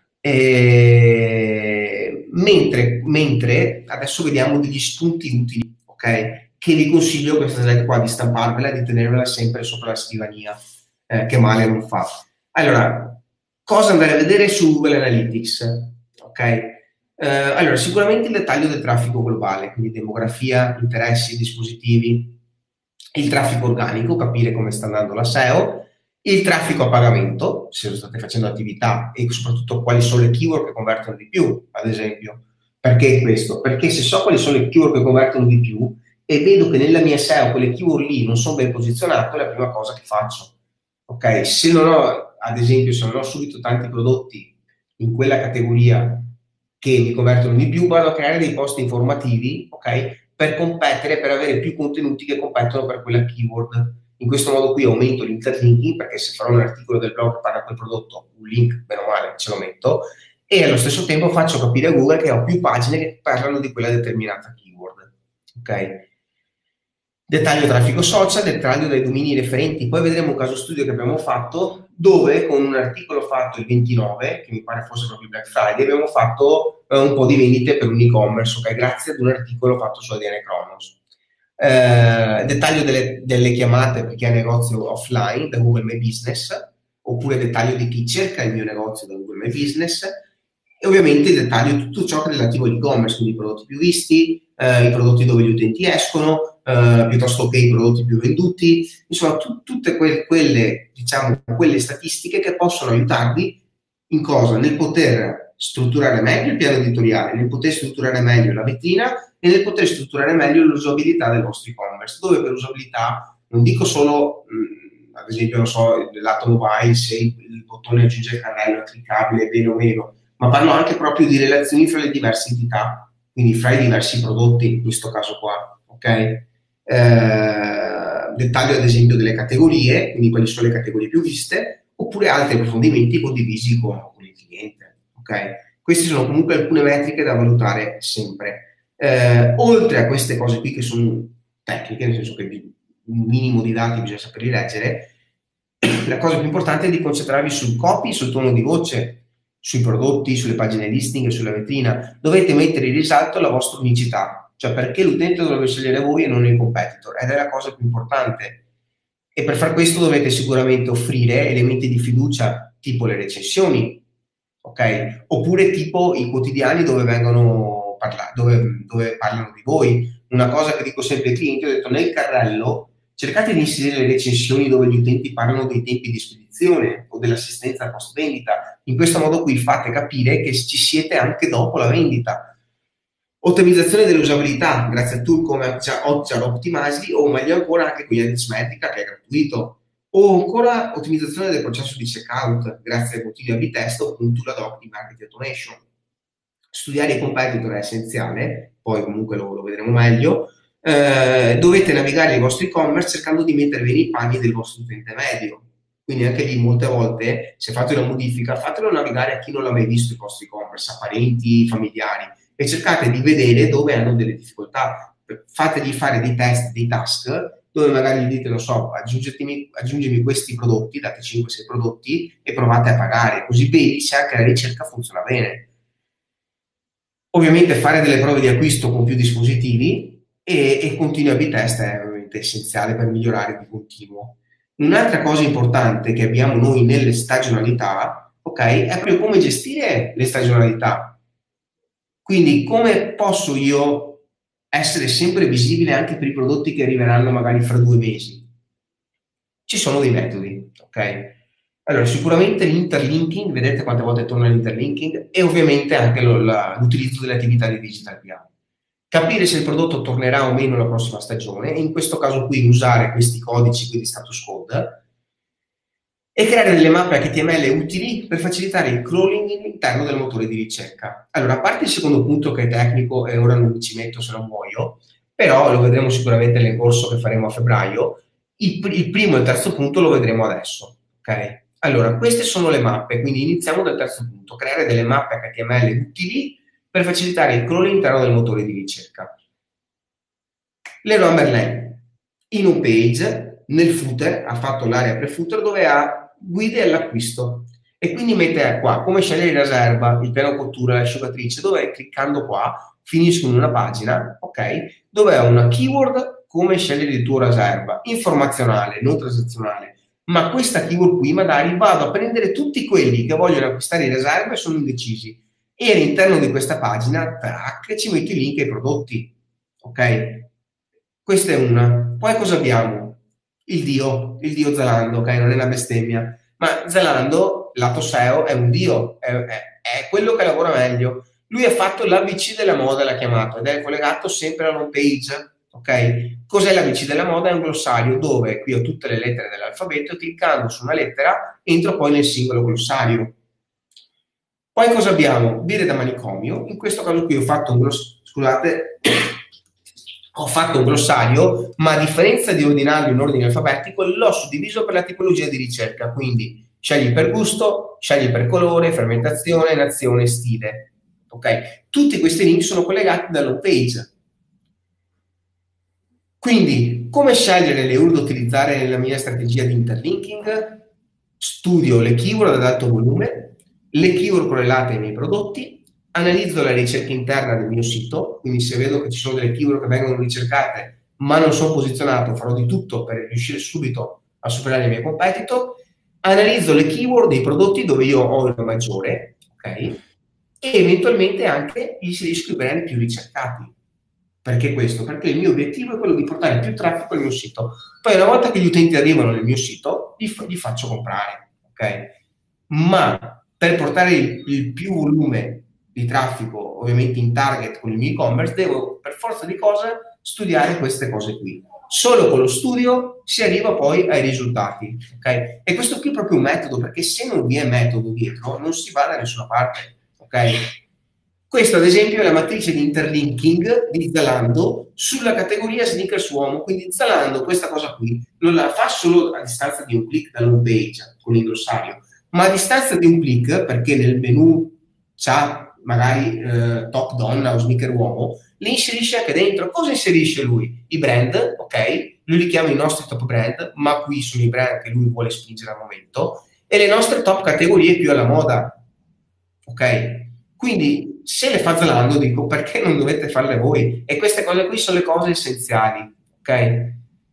Mentre adesso vediamo degli spunti utili, ok? Che vi consiglio questa slide qua di stamparvela e di tenervela sempre sopra la scrivania, che male non fa. Allora, cosa andare a vedere su Google Analytics, ok? Allora, sicuramente il dettaglio del traffico globale, quindi demografia, interessi, dispositivi, il traffico organico, capire come sta andando la SEO, il traffico a pagamento, se state facendo attività, e soprattutto quali sono le keyword che convertono di più, ad esempio. Perché questo? Perché se so quali sono le keyword che convertono di più e vedo che nella mia SEO quelle keyword lì non sono ben posizionate, è la prima cosa che faccio. Ok? Se non ho, ad esempio, se non ho subito tanti prodotti in quella categoria che mi convertono di più, vado a creare dei post informativi, ok? Per competere, per avere più contenuti che competono per quella keyword. In questo modo qui aumento l'interlinking, perché se farò un articolo del blog che parla quel prodotto, un link, bene o male, ce lo metto, e allo stesso tempo faccio capire a Google che ho più pagine che parlano di quella determinata keyword. Ok? Dettaglio traffico social, dettaglio dei domini referenti. Poi vedremo un caso studio che abbiamo fatto dove con un articolo fatto il 29, che mi pare fosse proprio Black Friday, abbiamo fatto un po' di vendite per un e-commerce, ok? Grazie ad un articolo fatto su ADN Chronos. Dettaglio delle chiamate per chi ha negozio offline da Google My Business, oppure dettaglio di chi cerca il mio negozio da Google My Business, e ovviamente il dettaglio di tutto ciò che è relativo all'e-commerce, quindi i prodotti più visti, i prodotti dove gli utenti escono, piuttosto che i prodotti più venduti, insomma tutte quelle, diciamo, quelle statistiche che possono aiutarvi in cosa? Nel poter strutturare meglio il piano editoriale, nel poter strutturare meglio la vetrina e nel poter strutturare meglio l'usabilità del vostro e-commerce, dove per usabilità non dico solo, ad esempio, non so, il lato mobile, se il bottone aggiunge il carrello è cliccabile, bene o meno, ma parlo anche proprio di relazioni fra le diverse entità, quindi fra i diversi prodotti, in questo caso qua, ok? Dettaglio ad esempio delle categorie, quindi quali sono le categorie più viste, oppure altri approfondimenti condivisi con il cliente, ok? Queste sono comunque alcune metriche da valutare sempre. Oltre a queste cose qui che sono tecniche, nel senso che un minimo di dati bisogna saperli leggere, la cosa più importante è di concentrarvi sul copy, sul tono di voce, sui prodotti, sulle pagine listing e sulla vetrina. Dovete mettere in risalto la vostra unicità, cioè perché l'utente dovrebbe scegliere voi e non il competitor, ed è la cosa più importante. E per far questo dovete sicuramente offrire elementi di fiducia tipo le recensioni, ok? Oppure tipo i quotidiani dove vengono dove parlano di voi. Una cosa che dico sempre ai clienti, ho detto nel carrello cercate di inserire le recensioni dove gli utenti parlano dei tempi di spedizione o dell'assistenza post vendita. In questo modo qui fate capire che ci siete anche dopo la vendita. Ottimizzazione dell'usabilità grazie a tool come Hotjar Optimizely, o meglio ancora anche con Yandex Metrica, che è gratuito, o ancora ottimizzazione del processo di checkout grazie ai continui A/B test o con tool ad hoc di marketing automation. Studiare i competitor è essenziale, poi comunque lo vedremo meglio. Dovete navigare i vostri e-commerce cercando di mettervi nei panni del vostro utente medio. Quindi anche lì molte volte, se fate una modifica, fatelo navigare a chi non l'ha mai visto il vostro e-commerce, a parenti, familiari, e cercate di vedere dove hanno delle difficoltà. Fategli fare dei test, dei task, dove magari gli dite, non so, aggiungimi questi prodotti, date 5-6 prodotti e provate a pagare, così vedi se anche la ricerca funziona bene. Ovviamente fare delle prove di acquisto con più dispositivi e continui A/B test è ovviamente essenziale per migliorare di continuo. Un'altra cosa importante che abbiamo noi nelle stagionalità, ok, è proprio come gestire le stagionalità. Quindi come posso io essere sempre visibile anche per i prodotti che arriveranno magari fra 2 mesi? Ci sono dei metodi, ok? Allora, sicuramente l'interlinking, vedete quante volte torna l'interlinking, e ovviamente anche l'utilizzo delle attività di digital PR. Capire se il prodotto tornerà o meno la prossima stagione, e in questo caso qui usare questi codici qui di status code, e creare delle mappe HTML utili per facilitare il crawling all'interno del motore di ricerca. Allora, a parte il secondo punto che è tecnico e ora non ci metto se non muoio, però lo vedremo sicuramente nel corso che faremo a febbraio, il primo e il terzo punto lo vedremo adesso, ok? Allora, queste sono le mappe, quindi iniziamo dal terzo punto, creare delle mappe HTML utili per facilitare il crawling all'interno del motore di ricerca. Leroy Merlin, in un page, nel footer, ha fatto l'area pre-footer dove ha guide all'acquisto e quindi mette qua come scegliere in riserva, il piano cottura, l'asciugatrice, dove cliccando qua finisco in una pagina, ok, dove è una keyword come scegliere il tuo riserva, informazionale, non transazionale, ma questa keyword qui magari vado a prendere tutti quelli che vogliono acquistare in riserva e sono indecisi e all'interno di questa pagina, tac, ci metto i link ai prodotti, ok? Questa è una. Poi cosa abbiamo? Il dio Zalando, ok? Non è una bestemmia, ma Zalando, lato SEO, è un dio, è quello che lavora meglio. Lui ha fatto l'ABC della moda, l'ha chiamato, ed è collegato sempre alla home page, ok? Cos'è l'ABC della moda? È un glossario dove qui ho tutte le lettere dell'alfabeto e cliccando su una lettera entro poi nel singolo glossario. Poi cosa abbiamo? Birre da manicomio. In questo caso qui ho fatto un glossario, ma a differenza di ordinarlo in ordine alfabetico, l'ho suddiviso per la tipologia di ricerca, quindi scegli per gusto, scegli per colore, fermentazione, nazione, stile. Ok? Tutti questi link sono collegati dall'home page. Quindi, come scegliere le URL da utilizzare nella mia strategia di interlinking? Studio le keyword ad alto volume, le keyword correlate ai miei prodotti, analizzo la ricerca interna del mio sito, quindi se vedo che ci sono delle keyword che vengono ricercate ma non sono posizionato, farò di tutto per riuscire subito a superare i miei competitor, analizzo le keyword dei prodotti dove io ho il maggiore, ok? E eventualmente anche inserisco i brand più ricercati. Perché questo? Perché il mio obiettivo è quello di portare più traffico al mio sito. Poi una volta che gli utenti arrivano nel mio sito, gli faccio comprare, ok? Ma per portare il più volume di traffico, ovviamente in target con il mio e-commerce, devo per forza di cose studiare queste cose qui. Solo con lo studio si arriva poi ai risultati, ok? E questo qui è proprio un metodo, perché se non vi è metodo dietro, non si va da nessuna parte, ok? Questo ad esempio è la matrice di interlinking di Zalando sulla categoria sneakers uomo, quindi Zalando questa cosa qui non la fa solo a distanza di un clic dall'home page con il glossario, ma a distanza di un clic, perché nel menu c'ha magari top donna o sneaker uomo, le inserisce anche dentro. Cosa inserisce lui? I brand, ok? Lui li chiama i nostri top brand, ma qui sono i brand che lui vuole spingere al momento, e le nostre top categorie più alla moda, ok? Quindi se le fa Zalando, dico, perché non dovete farle voi? E queste cose qui sono le cose essenziali, ok?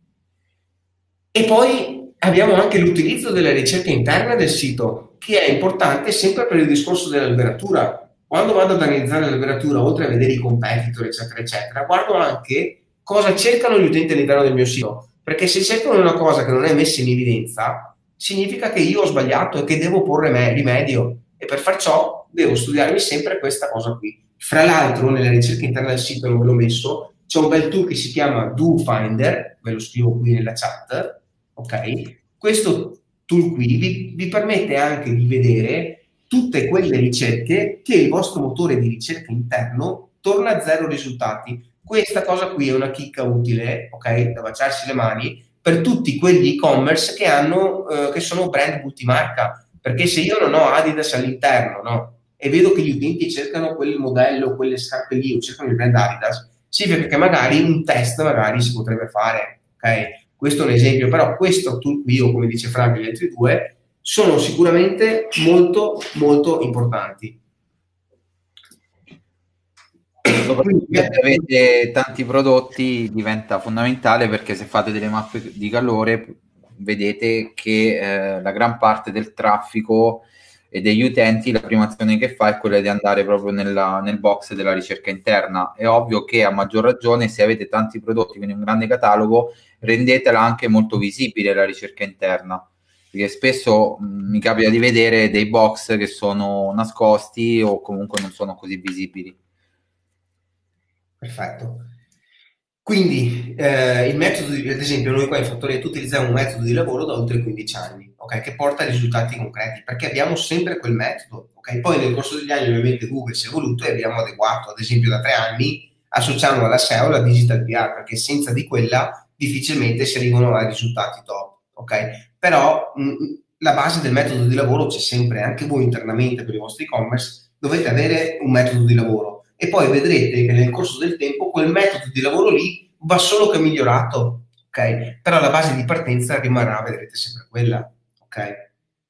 E poi abbiamo anche l'utilizzo della ricerca interna del sito, che è importante sempre per il discorso dell'alberatura. Quando vado ad analizzare l'alberatura, oltre a vedere i competitor, eccetera, eccetera, guardo anche cosa cercano gli utenti all'interno del mio sito. Perché se cercano una cosa che non è messa in evidenza, significa che io ho sbagliato e che devo porre rimedio. E per far ciò devo studiarmi sempre questa cosa qui. Fra l'altro, nella ricerca interna del sito, non ve l'ho messo, c'è un bel tool che si chiama Do Finder, ve lo scrivo qui nella chat, ok? Questo tool qui vi permette anche di vedere tutte quelle ricerche che il vostro motore di ricerca interno torna a 0 risultati. Questa cosa qui è una chicca utile, ok? Da baciarsi le mani, per tutti quegli e-commerce che hanno, che sono brand multimarca, perché se io non ho Adidas all'interno, no? E vedo che gli utenti cercano quel modello, quelle scarpe lì, o cercano il brand Adidas, significa che magari un test magari si potrebbe fare, ok? Questo è un esempio, però questo tool qui, o come dice Frank e gli altri due, sono sicuramente molto, molto importanti. Soprattutto se avete tanti prodotti diventa fondamentale, perché se fate delle mappe di calore vedete che la gran parte del traffico e degli utenti la prima azione che fa è quella di andare proprio nel box della ricerca interna. È ovvio che a maggior ragione se avete tanti prodotti, quindi un grande catalogo, rendetela anche molto visibile la ricerca interna, perché spesso mi capita di vedere dei box che sono nascosti o comunque non sono così visibili. Perfetto. Quindi il metodo, ad esempio, noi qua in Fattoretto utilizziamo un metodo di lavoro da oltre 15 anni, ok, che porta a risultati concreti, perché abbiamo sempre quel metodo, ok? Poi nel corso degli anni ovviamente Google si è evoluto e abbiamo adeguato, ad esempio da 3 anni associamo alla SEO la Digital PR, perché senza di quella difficilmente si arrivano a risultati top, ok? Però la base del metodo di lavoro c'è sempre, anche voi internamente per i vostri e-commerce dovete avere un metodo di lavoro e poi vedrete che nel corso del tempo quel metodo di lavoro lì va solo che migliorato, ok? Però la base di partenza rimarrà, vedrete, sempre quella, ok?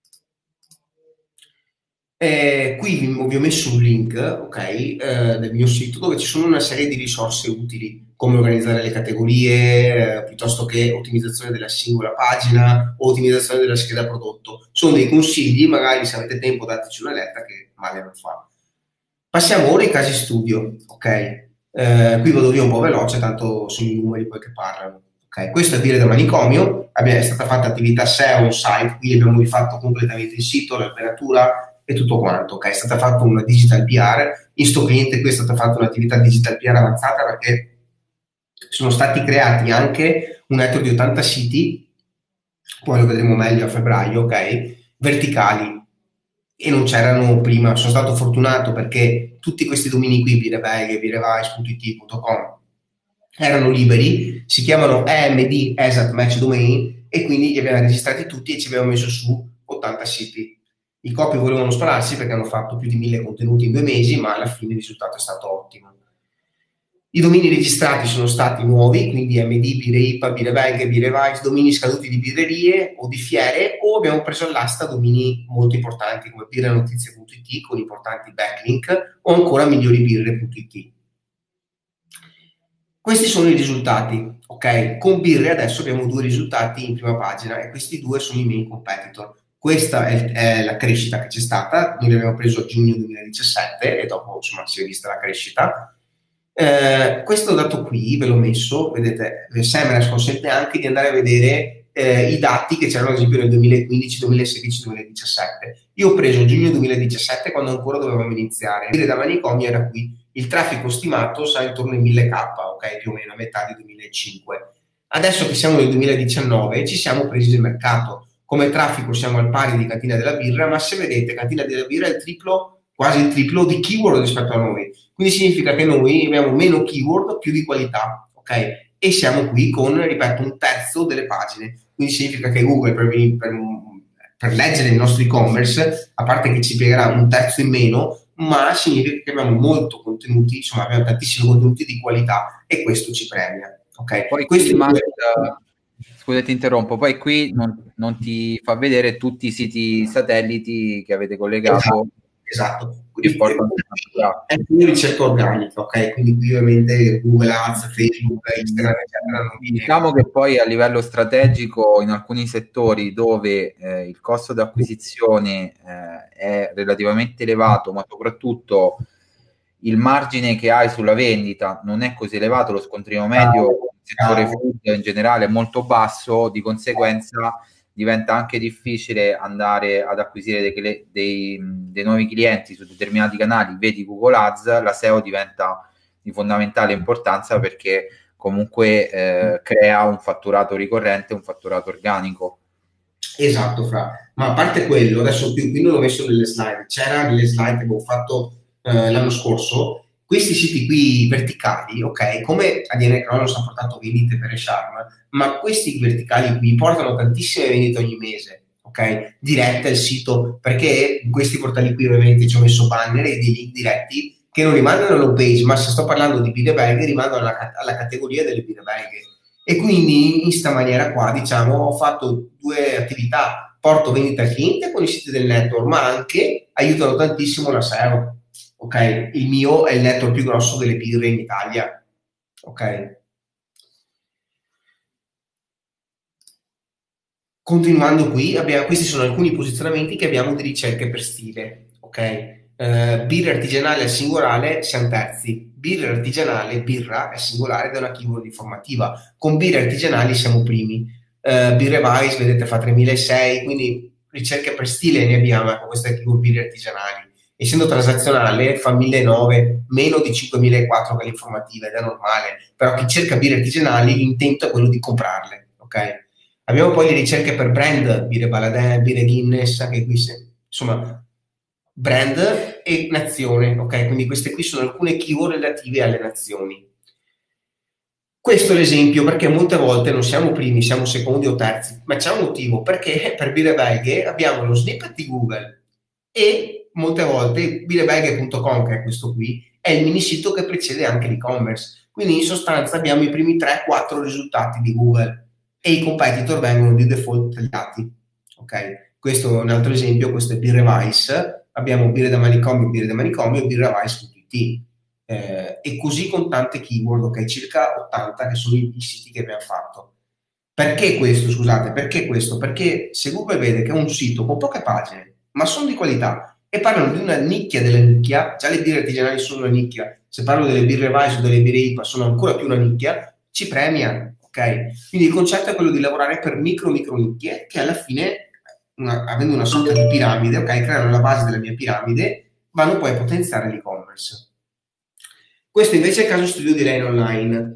Qui vi ho messo un link, ok, del mio sito dove ci sono una serie di risorse utili, come organizzare le categorie, piuttosto che ottimizzazione della singola pagina o ottimizzazione della scheda prodotto. Sono dei consigli, magari se avete tempo dateci una letta che male non fa. Passiamo ora ai casi studio, ok? Qui vado via un po' veloce, tanto sono i numeri poi che parlano. Okay? Questo è Dire da Manicomio, è stata fatta attività SEO on site, qui abbiamo rifatto completamente il sito, l'apertura e tutto quanto. Okay? È stata fatta una digital PR, in sto cliente qui è stata fatta un'attività digital PR avanzata perché sono stati creati anche un network di 80 siti, poi lo vedremo meglio a febbraio, ok? Verticali, e non c'erano prima. Sono stato fortunato perché tutti questi domini qui, Birebag, birevice.it.com, erano liberi, si chiamano EMD, Exact Match Domain, e quindi li abbiamo registrati tutti e ci abbiamo messo su 80 siti. I copy volevano spararsi perché hanno fatto più di 1000 contenuti in 2 mesi, ma alla fine il risultato è stato ottimo. I domini registrati sono stati nuovi, quindi MD, Bireipa, Birebag, Birevice, domini scaduti di birrerie o di fiere, o abbiamo preso all'asta domini molto importanti come birrenotizie.it con importanti backlink o ancora miglioribirre.it. Questi sono i risultati, ok? Con Birre adesso abbiamo 2 risultati in prima pagina e questi 2 sono i main competitor. Questa è la crescita che c'è stata, noi l'abbiamo preso a giugno 2017 e dopo insomma si è vista la crescita. Questo dato qui ve l'ho messo, vedete, Semrush consente anche di andare a vedere i dati che c'erano ad esempio nel 2015, 2016, 2017. Io ho preso giugno 2017 quando ancora dovevamo iniziare. Dire da Manicomio era qui. Il traffico stimato sta intorno ai 1000k, ok, più o meno a metà di 2005. Adesso che siamo nel 2019 ci siamo presi del mercato. Come traffico siamo al pari di Cantina della Birra, ma se vedete Cantina della Birra è il triplo, quasi il triplo di keyword rispetto a noi. Quindi significa che noi abbiamo meno keyword, più di qualità, ok? E siamo qui con, ripeto, un terzo delle pagine. Quindi significa che Google per leggere il nostro e-commerce, a parte che ci piegherà un terzo in meno, ma significa che abbiamo molto contenuti, insomma abbiamo tantissimi contenuti di qualità e questo ci premia. Okay? Poi qui scusa ti interrompo, poi qui non ti fa vedere tutti i siti satelliti che avete collegato. Esatto. È più ricerca organica, ok? Quindi qui ovviamente Google Ads, Facebook, Instagram, eccetera. Diciamo che poi a livello strategico in alcuni settori dove il costo di acquisizione è relativamente elevato, ma soprattutto il margine che hai sulla vendita non è così elevato, lo scontrino medio nel settore food in generale è molto basso, di conseguenza diventa anche difficile andare ad acquisire dei nuovi clienti su determinati canali, vedi Google Ads, la SEO diventa di fondamentale importanza perché comunque crea un fatturato ricorrente, un fatturato organico. Esatto, Fra. Ma a parte quello, adesso qui non l'ho messo nelle slide, c'era nelle slide che avevo fatto l'anno scorso, questi siti qui verticali, ok, come ADN Cronos ha portato vendite per eSharm, ma questi verticali qui portano tantissime vendite ogni mese, ok, dirette al sito, perché in questi portali qui ovviamente ci ho messo banner e dei link diretti che non rimandano alla home page, ma se sto parlando di Birebag rimandano alla categoria delle Birebag E quindi in sta maniera qua, diciamo, ho fatto due attività: porto vendita al cliente con i siti del network, ma anche aiutano tantissimo la SEO. Ok, il mio è il network più grosso delle birre in Italia. Ok. Continuando qui, questi sono alcuni posizionamenti che abbiamo di ricerche per stile, ok? Birra artigianale al singolare siamo terzi, birra artigianale, birra è singolare ed è una keyword informativa, con birre artigianali siamo primi. Birre Weiss, vedete, fa 3006, quindi ricerche per stile ne abbiamo, ecco, queste keyword birre artigianali. Essendo transazionale fa 1.900, meno di 5.400 che l'informativa, ed è normale, però chi cerca birre artigianali l'intento è quello di comprarle, ok? Abbiamo poi le ricerche per brand, birre Baladin, birre Guinness, anche qui insomma, brand e nazione, ok? Quindi queste qui sono alcune keyword relative alle nazioni. Questo è l'esempio perché molte volte non siamo primi, siamo secondi o terzi, ma c'è un motivo, perché per birre belghe abbiamo lo snippet di Google e molte volte birrebelghe.com, che è questo qui, è il mini sito che precede anche l'e-commerce. Quindi in sostanza abbiamo i primi 3-4 risultati di Google e i competitor vengono di default tagliati. Ok? Questo è un altro esempio, questo è Birre Weiss, abbiamo birre da manicomio e birre Weiss.it. E così con tante keyword, ok? Circa 80 che sono i siti che abbiamo fatto. Perché questo, scusate, perché questo? Perché se Google vede che è un sito con poche pagine, ma sono di qualità, e parlano di una nicchia della nicchia, già le birre artigianali sono una nicchia, se parlo delle birre Weiss o delle birre IPA sono ancora più una nicchia, ci premia, ok? Quindi il concetto è quello di lavorare per micro nicchie che alla fine, avendo una sorta di piramide, ok, creano la base della mia piramide, vanno poi a potenziare l'e-commerce. Questo invece è il caso studio di Lane Online.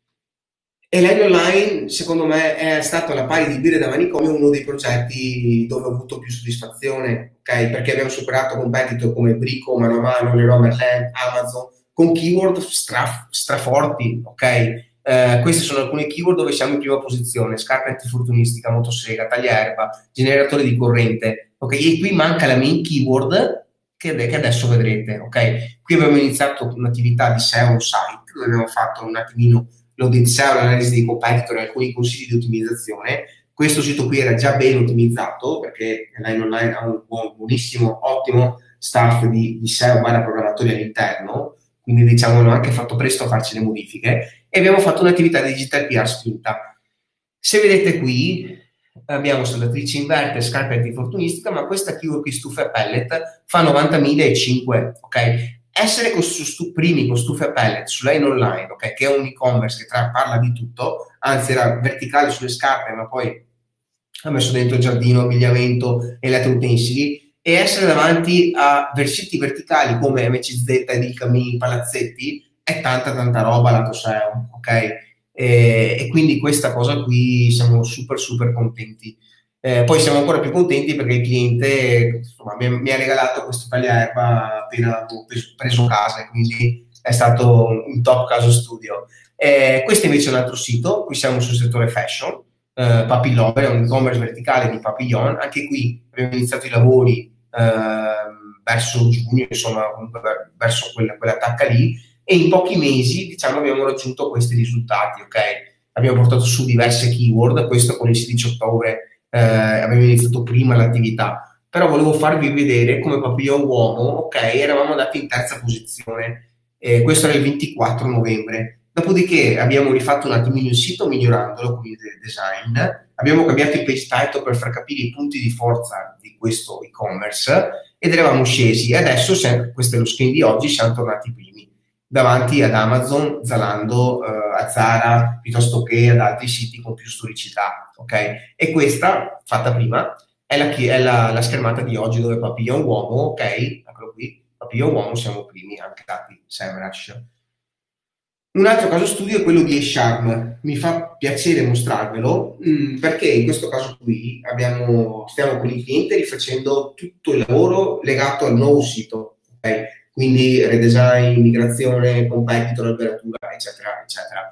E Lane Online, secondo me, è stato alla pari di Birre da Manicomio uno dei progetti dove ho avuto più soddisfazione, ok? Perché abbiamo superato competitor come Brico, Mano a Mano, Leroy Merlin, Amazon, con keyword straforti, ok? Queste sono alcune keyword dove siamo in prima posizione: scarpa antifortunistica, motosega, tagliaerba, generatore di corrente, ok? E qui manca la main keyword che adesso vedrete, ok? Qui abbiamo iniziato un'attività di SEO site, dove abbiamo fatto un attimino l'audit SEO, l'analisi dei competitor e alcuni consigli di ottimizzazione. Questo sito qui era già ben ottimizzato perché Line Online ha un buonissimo, ottimo staff di SEO barra programmatori all'interno, quindi diciamo hanno anche fatto presto a farci le modifiche, e abbiamo fatto un'attività di digital PR spinta. Se vedete qui abbiamo saldatrice inverte, scarpe antifortunistica, ma questa keyword qui, stufa e pellet, fa 90.005, ok? Essere primi con stufe a pellet su Line Online, okay, che è un e-commerce che parla di tutto, anzi era verticale sulle scarpe, ma poi ha messo dentro giardino, abbigliamento, elettroutensili, e essere davanti a siti verticali come MCZ, Edilcami, Palazzetti, è tanta roba lato SEO, ok? E quindi questa cosa qui siamo super contenti. Poi siamo ancora più contenti perché il cliente, insomma, mi ha regalato questo tagliaerba appena preso casa, quindi è stato un top caso studio. Questo invece è un altro sito, qui siamo sul settore fashion, Papillon, è un e-commerce verticale di Papillon. Anche qui abbiamo iniziato i lavori verso giugno, insomma, comunque verso quella tacca lì, e in pochi mesi, diciamo, abbiamo raggiunto questi risultati, ok? Abbiamo portato su diverse keyword, questo con il 16 ottobre abbiamo iniziato prima l'attività, però volevo farvi vedere come Papillon Uomo, ok, eravamo andati in terza posizione, questo era il 24 novembre. Dopodiché abbiamo rifatto un attimino il sito migliorandolo con il design, abbiamo cambiato il page title per far capire i punti di forza di questo e-commerce ed eravamo scesi, e adesso, questo è lo screen di oggi, siamo tornati primi davanti ad Amazon, Zalando, a Zara, piuttosto che ad altri siti con più storicità, ok? E questa, fatta prima, è la schermata di oggi, dove Papillon Uomo, ok? Eccolo qui, Papillon Uomo, siamo primi, anche dati SEMrush. Un altro caso studio è quello di eSharm. Mi fa piacere mostrarvelo perché in questo caso qui stiamo con il cliente rifacendo tutto il lavoro legato al nuovo sito, okay? Quindi redesign, migrazione, competitor, alberatura, eccetera.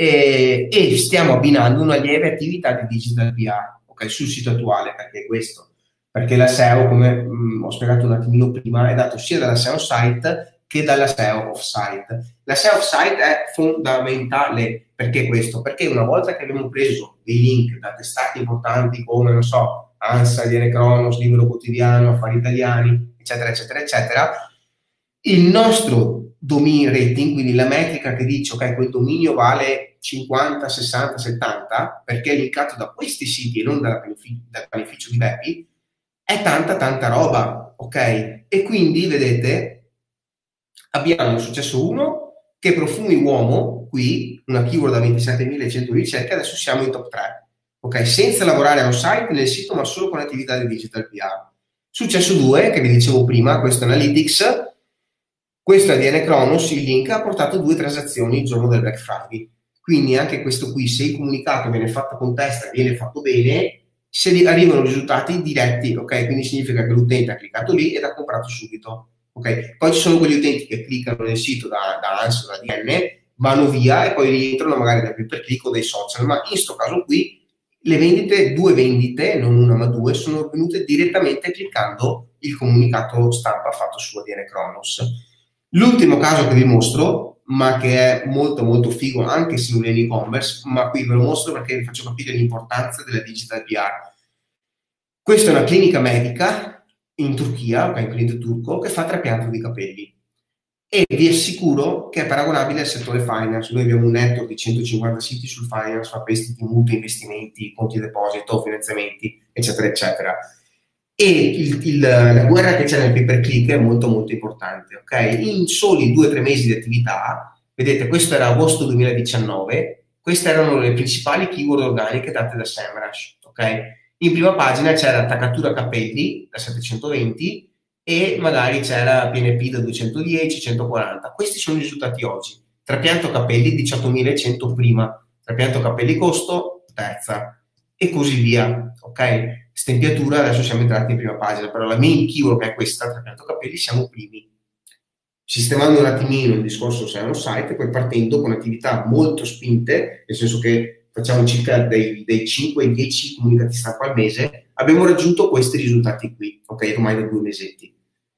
E stiamo abbinando una lieve attività di digital PR, okay, sul sito attuale. Perché questo? Perché la SEO, come ho spiegato un attimino prima, è dato sia dalla SEO site che dalla SEO off-site. La SEO off-site è fondamentale. Perché questo? Perché una volta che abbiamo preso dei link da testate importanti come, non so, ANSA, Diene Cronos, Libero Quotidiano, Affari Italiani, eccetera, eccetera, eccetera, il nostro dominio rating, quindi la metrica che dice ok, quel dominio vale 50, 60, 70 perché è linkato da questi siti e non dal panificio di Bepi, è tanta tanta roba, ok? E quindi vedete abbiamo un successo 1 che profumi uomo, qui una keyword da 27.100 ricerche, adesso siamo in top 3, ok? Senza lavorare on site nel sito ma solo con attività di digital PR. Successo 2 che vi dicevo prima, questo Analytics, questo ADN Cronos, il link ha portato 2 transazioni il giorno del Black Friday. Quindi anche questo qui, se il comunicato viene fatto con testa, viene fatto bene, se arrivano risultati diretti, ok? Quindi significa che l'utente ha cliccato lì ed ha comprato subito, ok? Poi ci sono quegli utenti che cliccano nel sito da ANS o da ADN, vanno via e poi rientrano magari da pay per click o dai social, ma in questo caso qui le vendite, 2 vendite, non una ma 2, sono venute direttamente cliccando il comunicato stampa fatto su ADN Cronos. L'ultimo caso che vi mostro, ma che è molto molto figo anche se non è in e-commerce, ma qui ve lo mostro perché vi faccio capire l'importanza della digital PR. Questa è una clinica medica in Turchia, un cliente turco, che fa trapianto di capelli e vi assicuro che è paragonabile al settore finance. Noi abbiamo un network di 150 siti sul finance, fa prestiti, mutui, investimenti, conti deposito, finanziamenti, eccetera, eccetera. E la guerra che c'è nel pay per click è molto molto importante, ok? In soli 2 o 3 mesi di attività, vedete, questo era agosto 2019, queste erano le principali keyword organiche date da SEMrush, ok? In prima pagina c'era attaccatura capelli da 720 e magari c'era PNP da 210, 140. Questi sono i risultati oggi. Trapianto capelli 18.100 prima, trapianto capelli costo terza e così via, ok? Stempiatura adesso siamo entrati in prima pagina, però la main keyword che è questa, trapianto capelli, siamo primi. Sistemando un attimino il discorso se è un site, poi partendo con attività molto spinte, nel senso che facciamo circa dei 5 ai 10 comunicati stampa al mese, abbiamo raggiunto questi risultati qui, ok, ormai da 2 mesetti.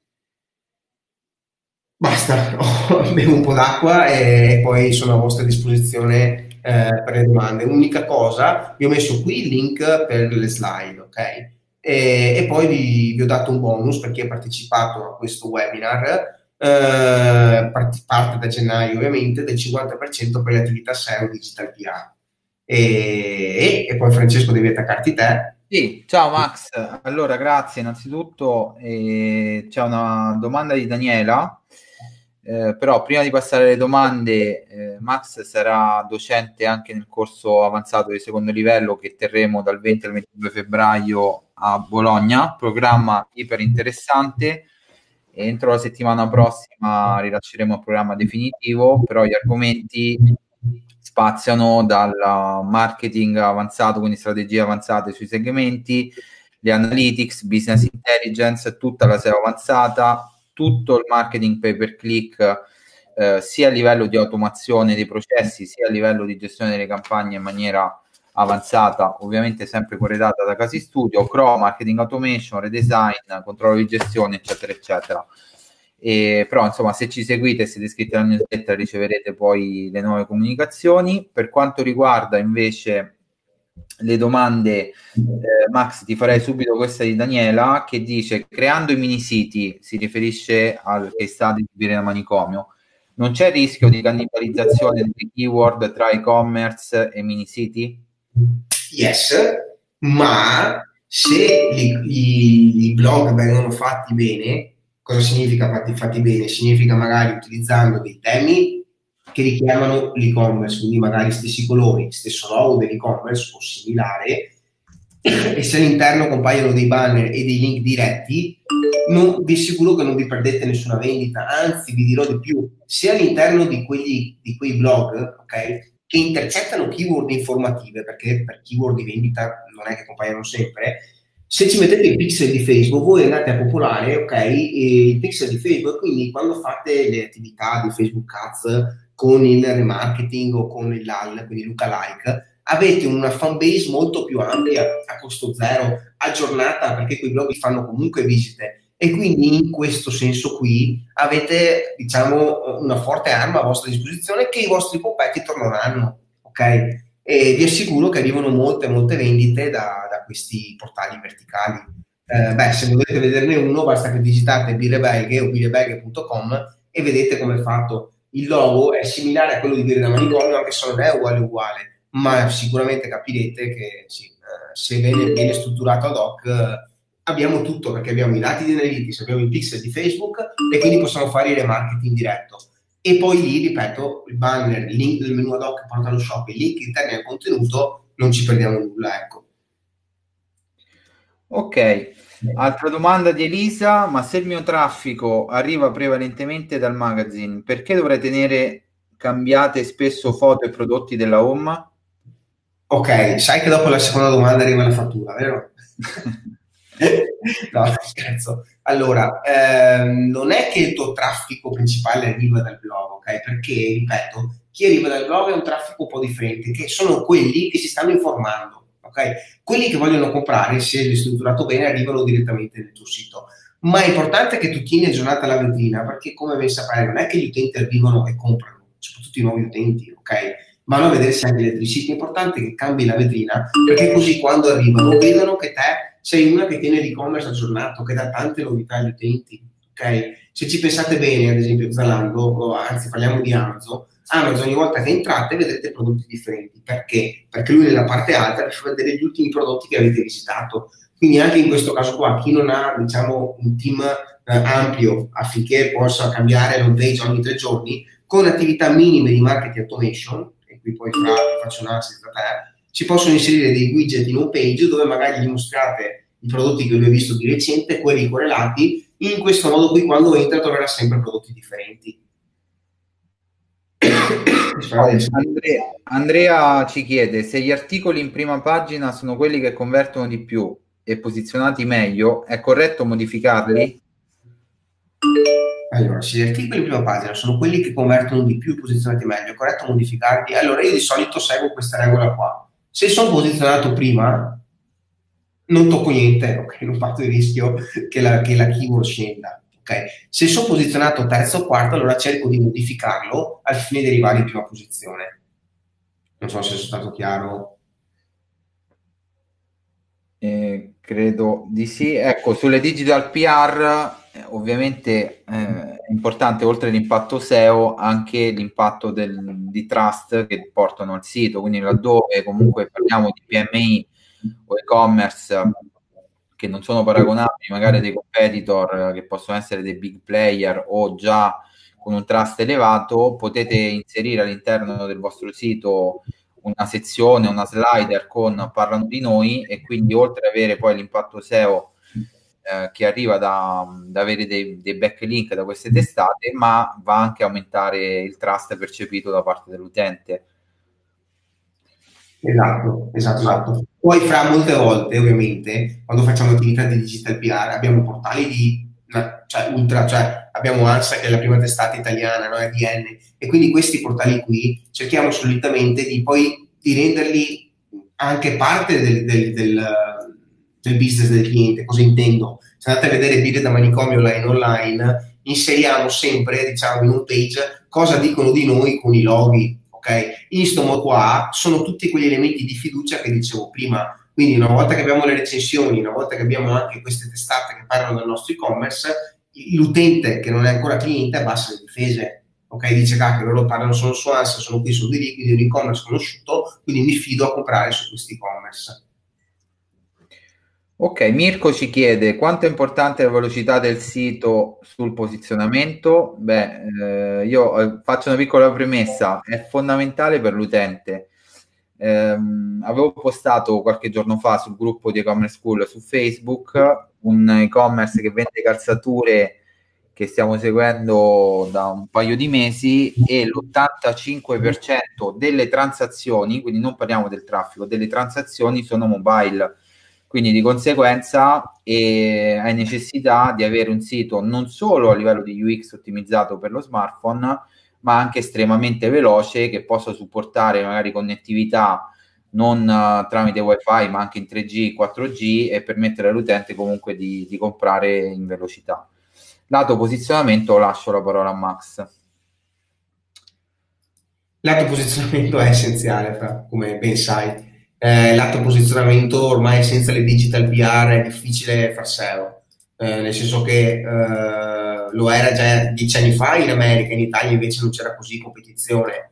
Basta, bevo un po' d'acqua e poi sono a vostra disposizione per le domande. Unica cosa, vi ho messo qui il link per le slide, ok? E poi vi ho dato un bonus per chi ha partecipato a questo webinar, parte da gennaio ovviamente, del 50% per le attività SEO Digital PR. E poi Francesco devi attaccarti te. Sì, ciao Max, allora grazie innanzitutto. C'è una domanda di Daniela, però prima di passare alle domande, Max sarà docente anche nel corso avanzato di secondo livello che terremo dal 20 al 22 febbraio a Bologna, programma iper interessante. Entro la settimana prossima rilasceremo il programma definitivo, però gli argomenti spaziano dal marketing avanzato, quindi strategie avanzate sui segmenti, le analytics, business intelligence, tutta la SEO avanzata, tutto il marketing pay per click, sia a livello di automazione dei processi, sia a livello di gestione delle campagne in maniera avanzata, ovviamente sempre corredata da casi studio, Chrome, marketing automation, redesign, controllo di gestione, eccetera, eccetera. Però insomma, se ci seguite e siete iscritti alla newsletter riceverete poi le nuove comunicazioni. Per quanto riguarda invece le domande, Max, ti farei subito questa di Daniela che dice: creando i mini siti, si riferisce al case study di Pirena Manicomio, non c'è rischio di cannibalizzazione delle keyword tra e-commerce e mini siti? Yes, ma se i blog vengono fatti bene, cosa significa fatti bene? Significa magari utilizzando dei temi che richiamano l'e-commerce, quindi magari stessi colori, stesso logo dell'e-commerce o similare, e se all'interno compaiono dei banner e dei link diretti, vi assicuro che non vi perdete nessuna vendita, anzi vi dirò di più, se all'interno di quei blog, ok, che intercettano keyword informative, perché per keyword di vendita non è che compaiono sempre, se ci mettete il pixel di Facebook, voi andate a popolare, ok, il pixel di Facebook, quindi quando fate le attività di Facebook Ads con il remarketing o con il LAL, quindi lookalike, avete una fan base molto più ampia, a costo zero, aggiornata, perché quei blog fanno comunque visite, E quindi in questo senso qui avete, diciamo, una forte arma a vostra disposizione che i vostri competitor non hanno, ok? E vi assicuro che arrivano molte, molte vendite da questi portali verticali. Se volete vederne uno, basta che visitate birrebelghe o birrebelghe.com e vedete come è fatto. Il logo è similare a quello di Birre da Manicomio, anche se non è uguale, ma sicuramente capirete che sì, se viene strutturato ad hoc, abbiamo tutto, perché abbiamo i dati di Analytics, abbiamo i pixel di Facebook e quindi possiamo fare il remarketing diretto. E poi lì, ripeto, il banner, il link del menu ad hoc porta allo shop, il link interni al contenuto, non ci perdiamo nulla, ecco. Ok, altra domanda di Elisa, ma se il mio traffico arriva prevalentemente dal magazine, perché dovrei tenere cambiate spesso foto e prodotti della home? Ok, sai che dopo la seconda domanda arriva la fattura, vero? No, scherzo. Allora, non è che il tuo traffico principale arriva dal blog, ok? Perché, ripeto, chi arriva dal blog è un traffico un po' differente, che sono quelli che si stanno informando, ok? Quelli che vogliono comprare, se è strutturato bene, arrivano direttamente nel tuo sito. Ma è importante che tu tieni aggiornata la vetrina, perché come ben saprai, non è che gli utenti arrivano e comprano, soprattutto i nuovi utenti, ok? Vanno a vedersi anche gli altri siti. È importante che cambi la vetrina, perché così quando arrivano vedono che te sei una che tiene l'e-commerce aggiornato, che dà tante novità agli utenti, ok? Se ci pensate bene, ad esempio Zalando, o anzi parliamo di Amazon, Amazon ogni volta che entrate vedrete prodotti differenti. Perché? Perché lui nella parte alta vi fa vedere gli ultimi prodotti che avete visitato. Quindi anche in questo caso qua, chi non ha, diciamo, un team ampio affinché possa cambiare l'home page ogni 3 giorni, con attività minime di marketing automation, e qui poi faccio un assist da te, si possono inserire dei widget in home page dove magari gli mostrate i prodotti che lui ha visto di recente, quelli correlati. In questo modo qui quando entra troverà sempre prodotti differenti. Spero di essere... Andrea ci chiede se gli articoli in prima pagina sono quelli che convertono di più e posizionati meglio, è corretto modificarli? Allora, se gli articoli in prima pagina sono quelli che convertono di più, posizionati meglio, è corretto modificarli? Allora io di solito seguo questa regola qua. Se sono posizionato prima, non tocco niente, ok? Non faccio il rischio che la keyword scenda. Okay? Se sono posizionato terzo o quarto, allora cerco di modificarlo al fine di arrivare in prima posizione. Non so se sono stato chiaro. Credo di sì. Ecco, sulle digital PR, ovviamente è importante, oltre all'impatto SEO, anche l'impatto di trust che portano al sito. Quindi laddove comunque parliamo di PMI o e-commerce che non sono paragonabili magari a dei competitor che possono essere dei big player o già con un trust elevato, potete inserire all'interno del vostro sito una sezione, una slider con parlano di noi e quindi oltre ad avere poi l'impatto SEO che arriva da avere dei backlink da queste testate, ma va anche a aumentare il trust percepito da parte dell'utente. Esatto, esatto, esatto. Poi fra molte volte, ovviamente, quando facciamo attività di digital PR, abbiamo portali di, cioè, ultra, cioè abbiamo ANSA che è la prima testata italiana, no? ADN, e quindi questi portali qui cerchiamo solitamente di renderli anche parte del business del cliente. Cosa intendo? Se andate a vedere birre da manicomio online, inseriamo sempre, diciamo, in un page cosa dicono di noi con i loghi. Okay? In questo modo qua sono tutti quegli elementi di fiducia che dicevo prima. Quindi una volta che abbiamo le recensioni, una volta che abbiamo anche queste testate che parlano del nostro e-commerce, l'utente che non è ancora cliente abbassa le difese. Ok, dice che loro parlano solo su ANSA, sono qui su di lì, quindi è un e-commerce conosciuto, quindi mi fido a comprare su questi e-commerce. Ok, Mirko ci chiede quanto è importante la velocità del sito sul posizionamento. Beh, io faccio una piccola premessa, è fondamentale per l'utente. Avevo postato qualche giorno fa sul gruppo di e-commerce school su Facebook un e-commerce che vende calzature che stiamo seguendo da un paio di mesi e l'85% delle transazioni, quindi non parliamo del traffico, delle transazioni sono mobile. Quindi di conseguenza hai necessità di avere un sito non solo a livello di UX ottimizzato per lo smartphone, ma anche estremamente veloce che possa supportare magari connettività non tramite wifi ma anche in 3G, 4G, e permettere all'utente comunque di comprare in velocità. Lato posizionamento lascio la parola a Max. L'alto posizionamento è essenziale, come ben sai. L'alto posizionamento ormai senza le digital PR è difficile far SEO, nel senso che lo era già 10 anni fa in America, in Italia invece non c'era così competizione.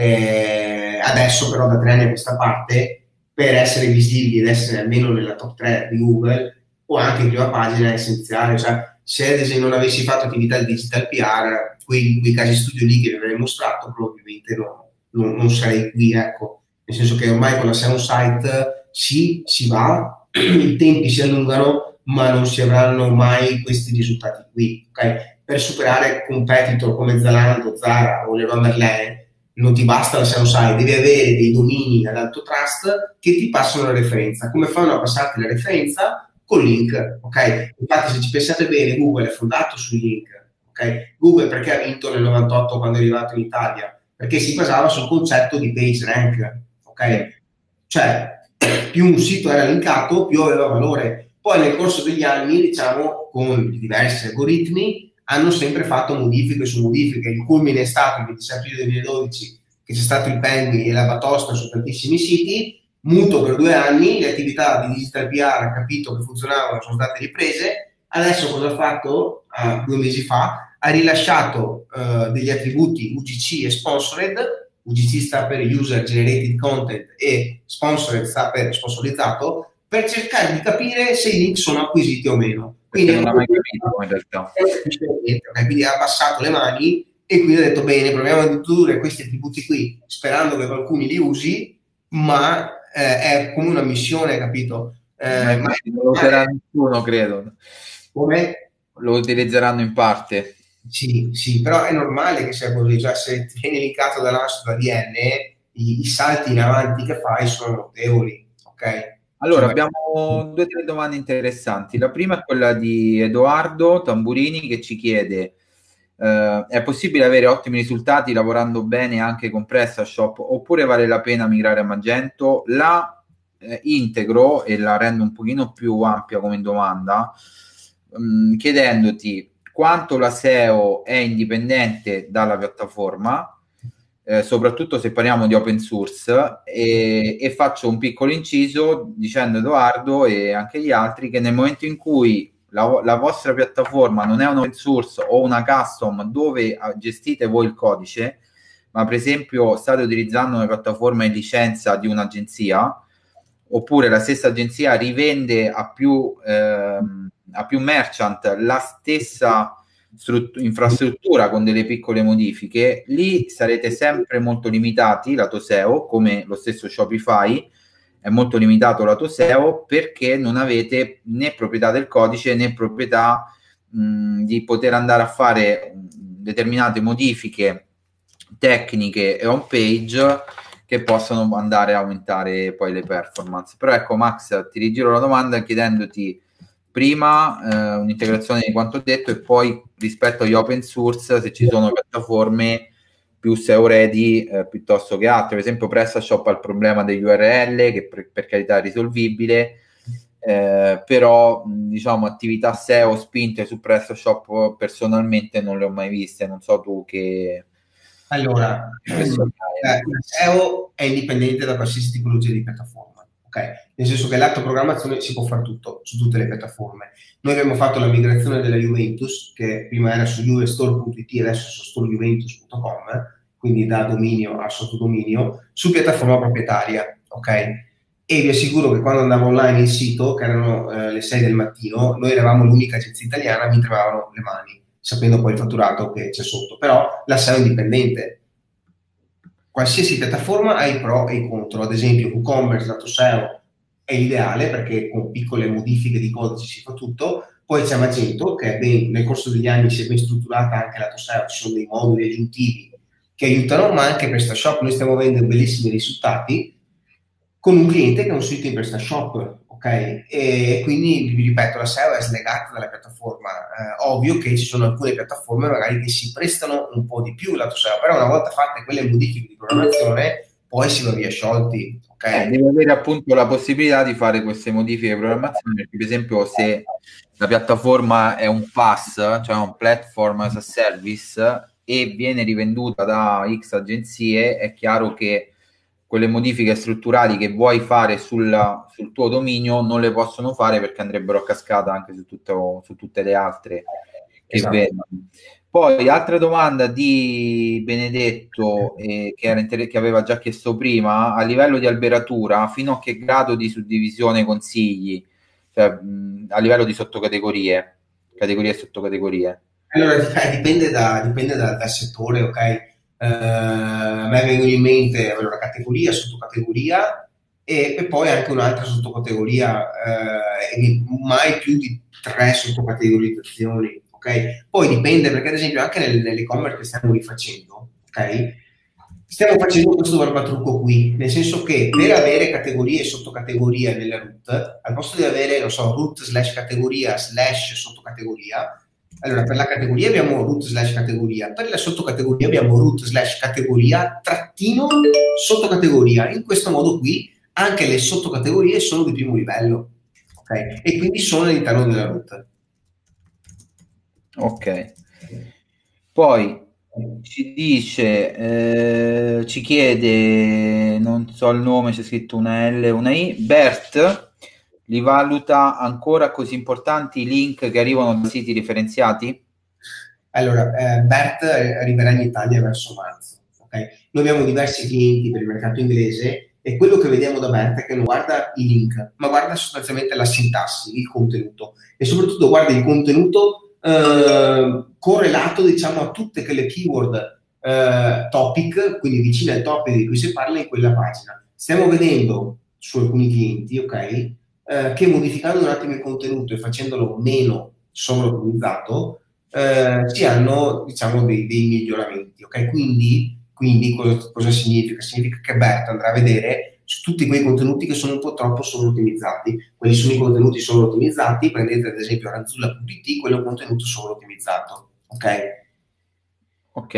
Adesso però da 3 anni a questa parte, per essere visibili ed essere almeno nella top 3 di Google o anche in prima pagina è essenziale. Cioè, se ad esempio non avessi fatto attività di digital PR, quei casi studio lì che vi avrei mostrato probabilmente non sarei qui, ecco. Nel senso che ormai con la SEO site si va, i tempi si allungano, ma non si avranno mai questi risultati qui, ok? Per superare competitor come Zalando, Zara o Leroy Merlin non ti basta la SEO site, devi avere dei domini ad alto trust che ti passano la referenza. Come fanno a passarti la referenza? Con link, ok? Infatti se ci pensate bene, Google è fondato sui link, ok? Google perché ha vinto nel 98 quando è arrivato in Italia? Perché si basava sul concetto di page rank, ok? Cioè, più un sito era linkato, più aveva valore. Poi nel corso degli anni, diciamo, con i diversi algoritmi, hanno sempre fatto modifiche su modifiche. Il culmine è stato il 26 aprile 2012 che c'è stato il Penguin e la batosta su tantissimi siti, muto per 2 anni, le attività di digital PR ha capito che funzionavano, sono state riprese. Adesso cosa ha fatto? 2 mesi fa ha rilasciato degli attributi UGC e Sponsored. UGC sta per User Generated Content e Sponsored sta per sponsorizzato, per cercare di capire se i link sono acquisiti o meno. Quindi non l'ha mai capito in realtà. Quindi ha abbassato le mani e quindi ha detto bene, proviamo ad introdurre questi attributi qui sperando che qualcuno li usi, ma è come una missione, capito? Non lo userà nessuno, credo. Come? Lo utilizzeranno in parte. Sì, però è normale che sia così, cioè se ti vieni linkato da NAS da DN, i salti in avanti che fai sono notevoli, ok? Allora, Cioè, abbiamo 2 o 3 domande interessanti. La prima è quella di Edoardo Tamburini che ci chiede: è possibile avere ottimi risultati lavorando bene anche con PrestaShop oppure vale la pena migrare a Magento? La integro e la rendo un pochino più ampia come domanda, chiedendoti quanto la SEO è indipendente dalla piattaforma, soprattutto se parliamo di open source, e faccio un piccolo inciso dicendo, Edoardo e anche gli altri, che nel momento in cui la vostra piattaforma non è un open source o una custom dove gestite voi il codice, ma per esempio state utilizzando una piattaforma in licenza di un'agenzia, oppure la stessa agenzia rivende a più merchant la stessa infrastruttura con delle piccole modifiche, lì sarete sempre molto limitati lato SEO, come lo stesso Shopify è molto limitato lato SEO, perché non avete né proprietà del codice né proprietà di poter andare a fare determinate modifiche tecniche e home page che possono andare a aumentare poi le performance. Però ecco, Max, ti rigiro la domanda chiedendoti prima un'integrazione di quanto detto, e poi rispetto agli open source se ci sono piattaforme più SEO ready piuttosto che altre. Per esempio PrestaShop ha il problema degli URL che per carità è risolvibile, però diciamo attività SEO spinte su PrestaShop personalmente non le ho mai viste. Non so tu che... Allora, la SEO è indipendente da qualsiasi tipologia di piattaforma, ok? Nel senso che l'atto programmazione si può fare tutto, su tutte le piattaforme. Noi abbiamo fatto la migrazione della Juventus, che prima era su juvestore.it, adesso su storejuventus.com, quindi da dominio a sottodominio, su piattaforma proprietaria, ok? E vi assicuro che quando andavo online il sito, che erano le 6 del mattino, noi eravamo l'unica agenzia italiana, mi tremavano le mani sapendo poi il fatturato che c'è sotto, però la SEO è indipendente. Qualsiasi piattaforma ha i pro e i contro, ad esempio WooCommerce lato SEO è ideale perché con piccole modifiche di codice si fa tutto, poi c'è Magento che nel corso degli anni si è ben strutturata anche lato SEO, ci sono dei moduli aggiuntivi che aiutano, ma anche PrestaShop, noi stiamo avendo bellissimi risultati con un cliente che ha un sito in PrestaShop, ok? E quindi, vi ripeto, la SEO è slegata dalla piattaforma. Ovvio che ci sono alcune piattaforme magari che si prestano un po' di più lato SEO, però una volta fatte quelle modifiche di programmazione, poi si va via sciolti, ok? Devi avere appunto la possibilità di fare queste modifiche di programmazione, perché per esempio se la piattaforma è un PaaS, cioè un platform as a service, e viene rivenduta da X agenzie, è chiaro che quelle modifiche strutturali che vuoi fare sul tuo dominio non le possono fare perché andrebbero a cascata anche su tutte le altre che Esatto. vendono. Poi, altra domanda di Benedetto, che aveva già chiesto prima, a livello di alberatura, fino a che grado di suddivisione consigli? Cioè, a livello di sottocategorie, categorie e sottocategorie. Allora, dipende dal settore, ok? A me vengono in mente allora, categoria, sottocategoria e poi anche un'altra sottocategoria, e mai più di tre sottocategorizzazioni, ok? Poi dipende, perché ad esempio anche nell'e-commerce che stiamo rifacendo, ok? Stiamo facendo questo barbatrucco qui, nel senso che per avere categorie e sottocategorie nella root, al posto di avere, non so, root slash categoria slash sottocategoria, allora per la categoria abbiamo root slash categoria, per la sottocategoria abbiamo root slash categoria trattino sottocategoria. In questo modo qui anche le sottocategorie sono di primo livello, ok? E quindi sono all'interno della root. Ok. Poi ci dice, ci chiede, non so il nome, c'è scritto una L e una I, Bert li valuta ancora così importanti i link che arrivano da siti referenziati? Allora, Bert arriverà in Italia verso marzo. Okay? Noi abbiamo diversi clienti per il mercato inglese e quello che vediamo da Bert è che non guarda i link, ma guarda sostanzialmente la sintassi, il contenuto e soprattutto guarda il contenuto correlato diciamo a tutte quelle keyword topic, quindi vicine al topic di cui si parla in quella pagina. Stiamo vedendo su alcuni clienti, ok, che modificando un attimo il contenuto e facendolo meno sovraottimizzato si hanno diciamo dei miglioramenti, ok? Quindi cosa significa? Significa che Bert andrà a vedere su tutti quei contenuti che sono un po' troppo sovraottimizzati. Quali sono i contenuti sovraottimizzati? Prendete ad esempio Ranzulla.it, quello è un contenuto sovraottimizzato, ok? Ok.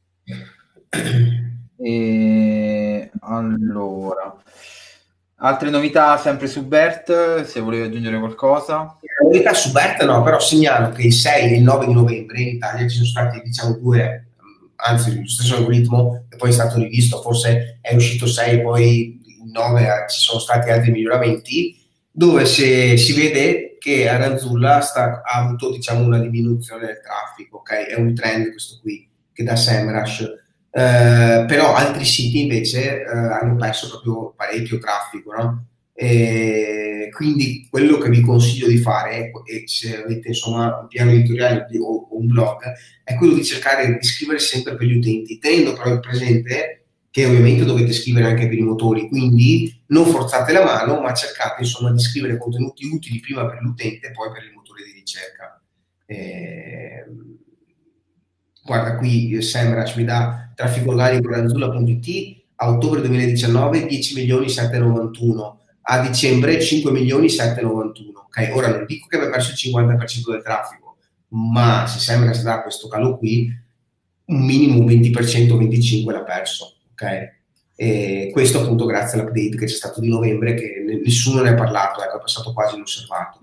Allora, altre novità sempre su Bert, se volevi aggiungere qualcosa. La novità su Bert no, però segnalo che il 6 e il 9 di novembre in Italia ci sono stati diciamo due, anzi lo stesso algoritmo che poi è stato rivisto, forse è uscito 6 e poi il 9 ci sono stati altri miglioramenti, dove si vede che Aranzulla ha avuto diciamo una diminuzione del traffico, ok? È un trend questo qui che da SEMrush. Però altri siti invece hanno perso proprio parecchio traffico, no? E quindi quello che vi consiglio di fare, e se avete insomma un piano editoriale o un blog, è quello di cercare di scrivere sempre per gli utenti, tenendo però il presente che ovviamente dovete scrivere anche per i motori, quindi non forzate la mano, ma cercate insomma di scrivere contenuti utili prima per l'utente e poi per il motore di ricerca. Eh, Guarda qui, Semrush mi dà traffico organico Ranzulla.it a ottobre 2019 10 milioni 791, a dicembre 5 milioni 791. Ok, ora non dico che abbia perso il 50% del traffico, ma se Semrush dà questo calo qui, un minimo un 20%, 25% l'ha perso. Ok? E questo appunto grazie all'update che c'è stato di novembre, che nessuno ne ha parlato, ecco, è passato quasi inosservato.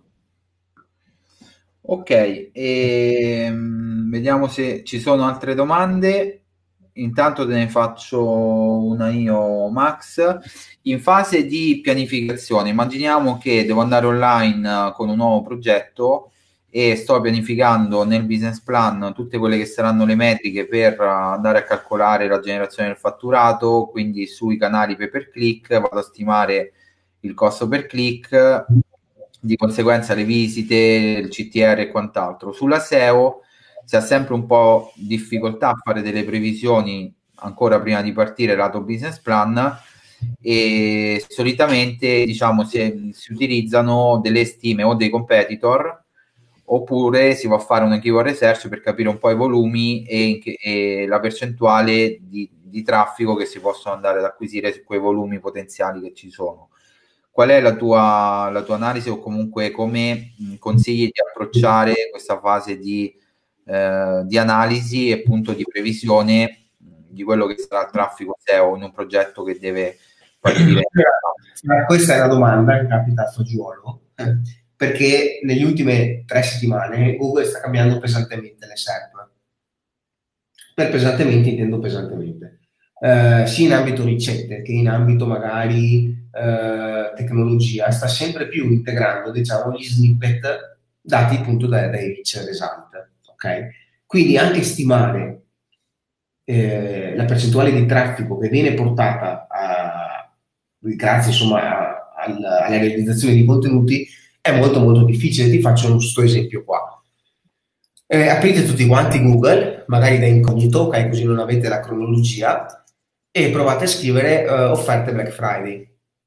Ok, vediamo se ci sono altre domande. Intanto te ne faccio una io, Max. In fase di pianificazione, immaginiamo che devo andare online con un nuovo progetto e sto pianificando nel business plan tutte quelle che saranno le metriche per andare a calcolare la generazione del fatturato, quindi sui canali pay per click, vado a stimare il costo per click, di conseguenza le visite, il CTR e quant'altro. Sulla SEO si ha sempre un po' difficoltà a fare delle previsioni ancora prima di partire lato business plan e solitamente diciamo si utilizzano delle stime o dei competitor oppure si va a fare un keyword research per capire un po' i volumi e la percentuale di traffico che si possono andare ad acquisire su quei volumi potenziali che ci sono. Qual è la tua analisi o comunque come consigli di approcciare questa fase di analisi e appunto di previsione di quello che sarà il traffico SEO in un progetto che deve Quasi diretta. Questa è una domanda che capita a fagiolo, perché negli ultime 3 settimane Google sta cambiando pesantemente le SERP. Per pesantemente intendo pesantemente. Sia in ambito ricette che in ambito magari tecnologia, sta sempre più integrando, diciamo, gli snippet dati appunto dai rich result. Okay? Quindi anche stimare la percentuale di traffico che viene portata grazie insomma alla realizzazione di contenuti è molto molto difficile. Ti faccio questo esempio qua. Aprite tutti quanti Google, magari da incognito, ok, così non avete la cronologia, e provate a scrivere offerte Black Friday.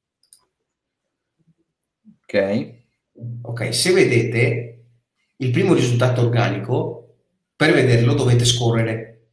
Ok, se vedete il primo risultato organico, per vederlo dovete scorrere.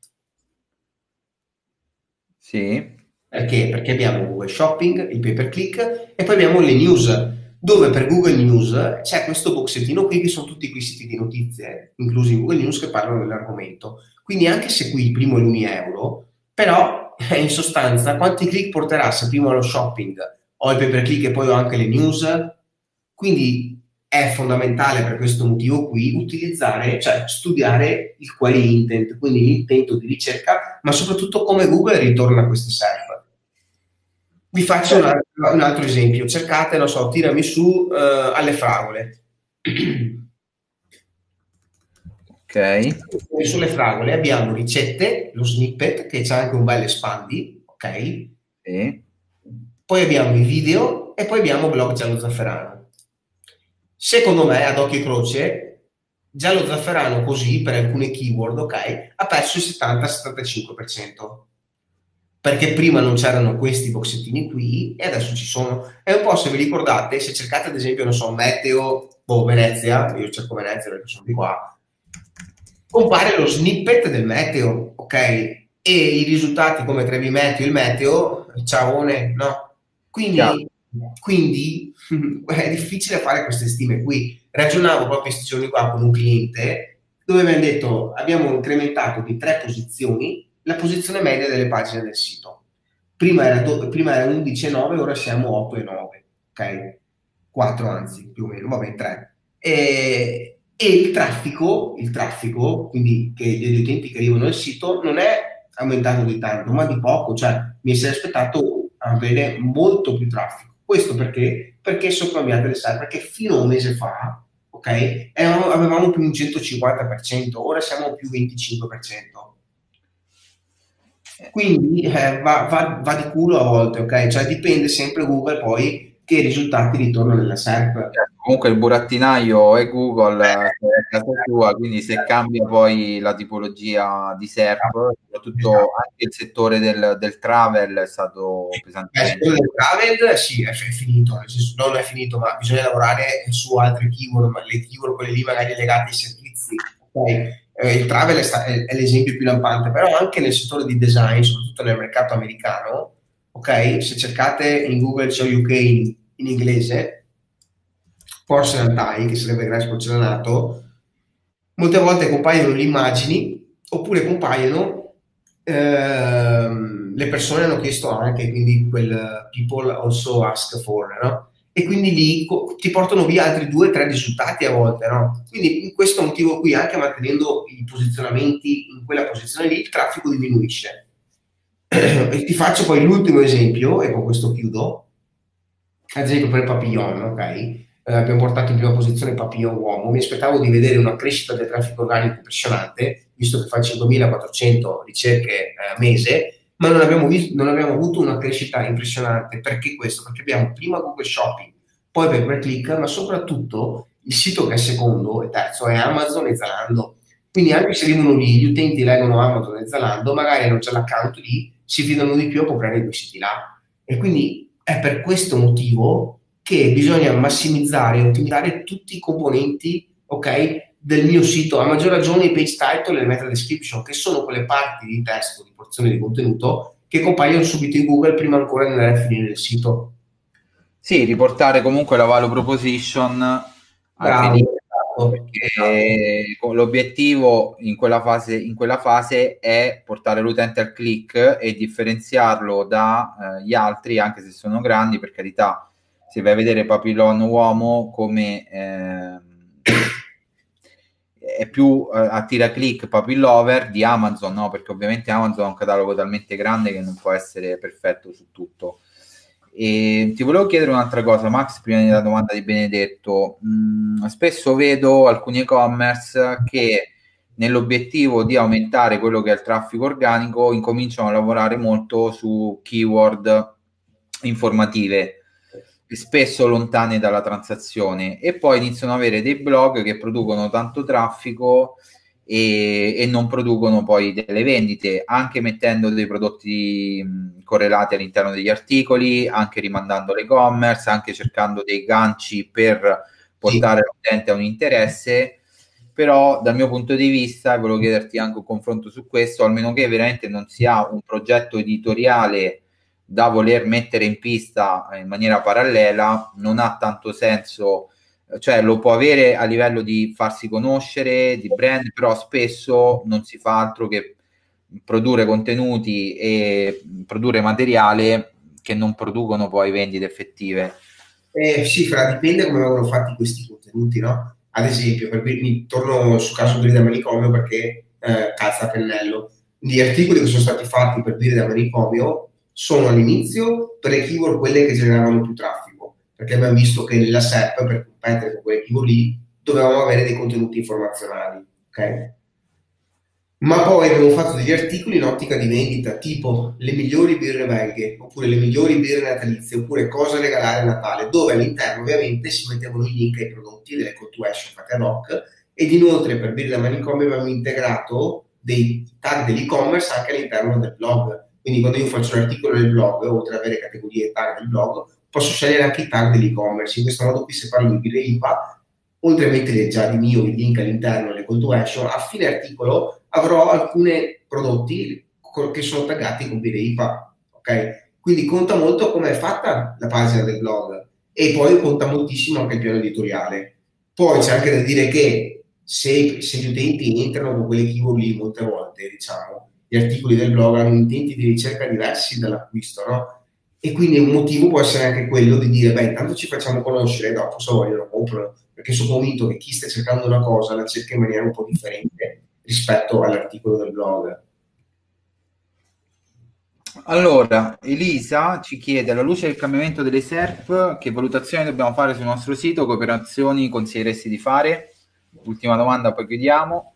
Sì. Perché? Perché abbiamo Google Shopping, il pay per click e poi abbiamo le news, dove per Google News c'è questo boxettino qui che sono tutti quei siti di notizie, inclusi Google News, che parlano dell'argomento. Quindi anche se qui il primo è l'1 euro, però in sostanza quanti click porterà se prima lo shopping ho il pay per click e poi ho anche le news? Quindi è fondamentale per questo motivo qui utilizzare, cioè studiare il query intent, quindi l'intento di ricerca, ma soprattutto come Google ritorna a queste SERP. Vi faccio un altro esempio. Cercate, non so, tirami su alle fragole. Ok. Sulle fragole abbiamo ricette, lo snippet, che c'è anche un bel espandi, ok? Sì. Poi abbiamo i video e poi abbiamo blog Giallo Zafferano. Secondo me, ad occhio e croce, Giallo Zafferano così, per alcune keyword, ok, ha perso il 70-75%. Perché prima non c'erano questi boxettini qui e adesso ci sono. E un po', se vi ricordate, se cercate ad esempio, non so, meteo, Venezia, io cerco Venezia perché sono di qua, compare lo snippet del meteo, ok? E i risultati come Trevi Meteo, il meteo, ciaone, no? Quindi è difficile fare queste stime qui. Ragionavo proprio questi giorni qua con un cliente dove mi hanno detto abbiamo incrementato di 3 posizioni la posizione media delle pagine del sito. Prima era 11,9, ora siamo 8,9, ok? 4 anzi, più o meno, vabbè, 3. E il traffico, quindi che gli utenti che arrivano al sito, non è aumentato di tanto, ma di poco, cioè mi sarei aspettato avere molto più traffico. Questo perché? Perché sono cambiate le SERP, perché fino a un mese fa, ok, avevamo più un 150%, ora siamo più 25%. Quindi va di culo a volte, ok? Cioè dipende sempre Google poi che risultati ritornano nella SERP. Comunque il burattinaio è Google, che è casa tua, quindi se cambia poi la tipologia di SERP, soprattutto anche il settore del travel è stato Il pesantemente. settore del travel sì, è finito, nel senso, non è finito, ma bisogna lavorare su altre keyword, ma le keyword quelle lì magari legate ai servizi. Okay? Il travel è l'esempio più lampante, però anche nel settore di design, soprattutto nel mercato americano, ok? Se cercate in Google c'è UK in inglese, porcelain tie, che sarebbe grasso porcellanato, molte volte compaiono le immagini oppure compaiono le persone hanno chiesto anche, quindi quel people also ask for, no? E quindi lì ti portano via altri 2-3 risultati a volte, no? Quindi in questo motivo qui, anche mantenendo i posizionamenti in quella posizione lì, il traffico diminuisce. E ti faccio poi l'ultimo esempio, e con questo chiudo, ad esempio per il Papillon, ok? Abbiamo portato in prima posizione il Papillon uomo, mi aspettavo di vedere una crescita del traffico organico impressionante, visto che fa 5.400 ricerche a mese, ma non abbiamo avuto una crescita impressionante. Perché questo? Perché abbiamo prima Google Shopping, poi pay per click, ma soprattutto il sito che è secondo e terzo è Amazon e Zalando. Quindi anche se vivono lì, gli utenti leggono Amazon e Zalando, magari hanno già l'account lì, si fidano di più a comprare i due siti là. E quindi è per questo motivo che bisogna massimizzare e ottimizzare tutti i componenti, ok, del mio sito, a maggior ragione i page title e le meta description, che sono quelle parti di testo, di porzioni di contenuto che compaiono subito in Google prima ancora di andare a finire il sito. Sì, riportare comunque la value proposition anche Bravo, lì Esatto. perché l'obiettivo in quella fase è portare l'utente al click e differenziarlo dagli altri, anche se sono grandi, per carità. Se vai a vedere Papillon Uomo come è più a tira-click Puppy Lover di Amazon, no? Perché ovviamente Amazon ha un catalogo talmente grande che non può essere perfetto su tutto. E ti volevo chiedere un'altra cosa, Max, prima della domanda di Benedetto. Spesso vedo alcuni e-commerce che nell'obiettivo di aumentare quello che è il traffico organico incominciano a lavorare molto su keyword informative spesso lontane dalla transazione e poi iniziano ad avere dei blog che producono tanto traffico e non producono poi delle vendite, anche mettendo dei prodotti correlati all'interno degli articoli, anche rimandando l'e-commerce, anche cercando dei ganci per Sì. portare l'utente a un interesse. Però dal mio punto di vista, e volevo chiederti anche un confronto su questo, almeno che veramente non si ha un progetto editoriale da voler mettere in pista in maniera parallela, non ha tanto senso, cioè lo può avere a livello di farsi conoscere, di brand, però spesso non si fa altro che produrre contenuti e produrre materiale che non producono poi vendite effettive. Sì, dipende come vengono fatti questi contenuti, no? Ad esempio, mi torno sul caso Birri da manicomio perché calza a pennello. Gli articoli che sono stati fatti per Birri da manicomio sono all'inizio per le keyword quelle che generavano più traffico, perché abbiamo visto che nella SEP, per competere con quelle keyword lì, dovevamo avere dei contenuti informazionali, ok? Ma poi abbiamo fatto degli articoli in ottica di vendita, tipo le migliori birre belghe, oppure le migliori birre natalizie, oppure cosa regalare a Natale, dove all'interno ovviamente si mettevano i link ai prodotti delle call to action fatte ad hoc, ed inoltre per birre da manicomio abbiamo integrato dei tag dell'e-commerce anche all'interno del blog. Quindi quando io faccio un articolo nel blog, oltre ad avere categorie e tag del blog, posso scegliere anche i tag dell'e-commerce. In questo modo qui se parlo di birre IPA, oltre a mettere già di mio il link all'interno delle call to action, a fine articolo avrò alcuni prodotti che sono taggati con birre IPA, ok? Quindi conta molto come è fatta la pagina del blog e poi conta moltissimo anche il piano editoriale. Poi c'è anche da dire che se gli utenti entrano con quelle keyword lì molte volte, diciamo, gli articoli del blog hanno intenti di ricerca diversi dall'acquisto, no? E quindi un motivo può essere anche quello di dire, beh, intanto ci facciamo conoscere, dopo se vogliono comprano, perché sono convinto che chi sta cercando una cosa la cerca in maniera un po' differente rispetto all'articolo del blog. Allora, Elisa ci chiede, alla luce del cambiamento delle SERP, che valutazioni dobbiamo fare sul nostro sito, che operazioni consiglieresti di fare? Ultima domanda, poi chiudiamo.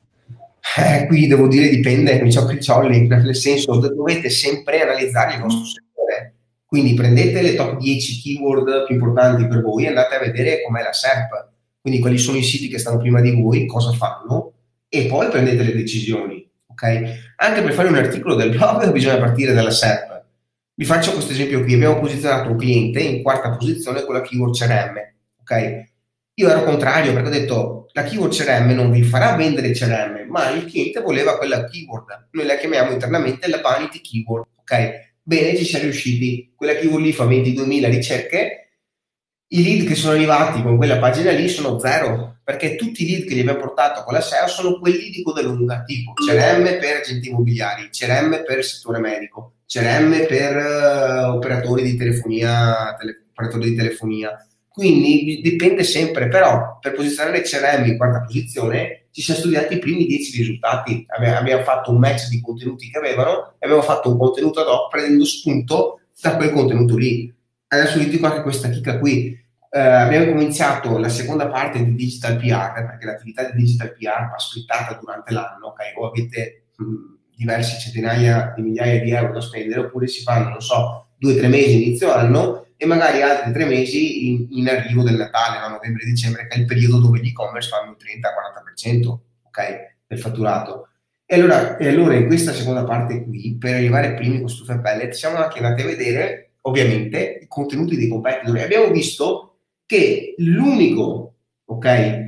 Qui devo dire dipende, come ciò Cricciolli, nel senso dovete sempre analizzare il vostro settore. Quindi prendete le top 10 keyword più importanti per voi e andate a vedere com'è la SERP, quindi quali sono i siti che stanno prima di voi, cosa fanno e poi prendete le decisioni. Ok? Anche per fare un articolo del blog bisogna partire dalla SERP. Vi faccio questo esempio qui, abbiamo posizionato un cliente in quarta posizione con la keyword CRM. Ok? Io ero contrario perché ho detto la keyword CRM non vi farà vendere CRM, ma il cliente voleva quella keyword. Noi la chiamiamo internamente la vanity keyword. Ok? Bene, ci siamo riusciti. Quella keyword lì fa 22.000 ricerche. I lead che sono arrivati con quella pagina lì sono zero, perché tutti i lead che gli abbiamo portato con la SEO sono quelli di coda lunga, tipo CRM per agenti immobiliari, CRM per il settore medico, CRM per operatori di telefonia, operatori di telefonia. Quindi dipende sempre, però per posizionare CRM in quarta posizione ci siamo studiati i primi 10 risultati, abbiamo fatto un match di contenuti che avevano e abbiamo fatto un contenuto ad hoc prendendo spunto da quel contenuto lì. Adesso vi dico anche questa chicca qui. Abbiamo cominciato la seconda parte di Digital PR, perché l'attività di Digital PR va splittata durante l'anno, ok? O avete diverse centinaia di migliaia di euro da spendere, oppure si fanno, non so, 2 o 3 mesi inizio anno e magari altri 3 mesi in arrivo del Natale, no? Novembre-dicembre, che è il periodo dove gli e-commerce fanno il 30-40%, ok? Del fatturato. E allora in questa seconda parte qui, per arrivare primi con stufe a pellet, siamo anche andati a vedere, ovviamente, i contenuti dei competitor. E abbiamo visto che l'unico, ok,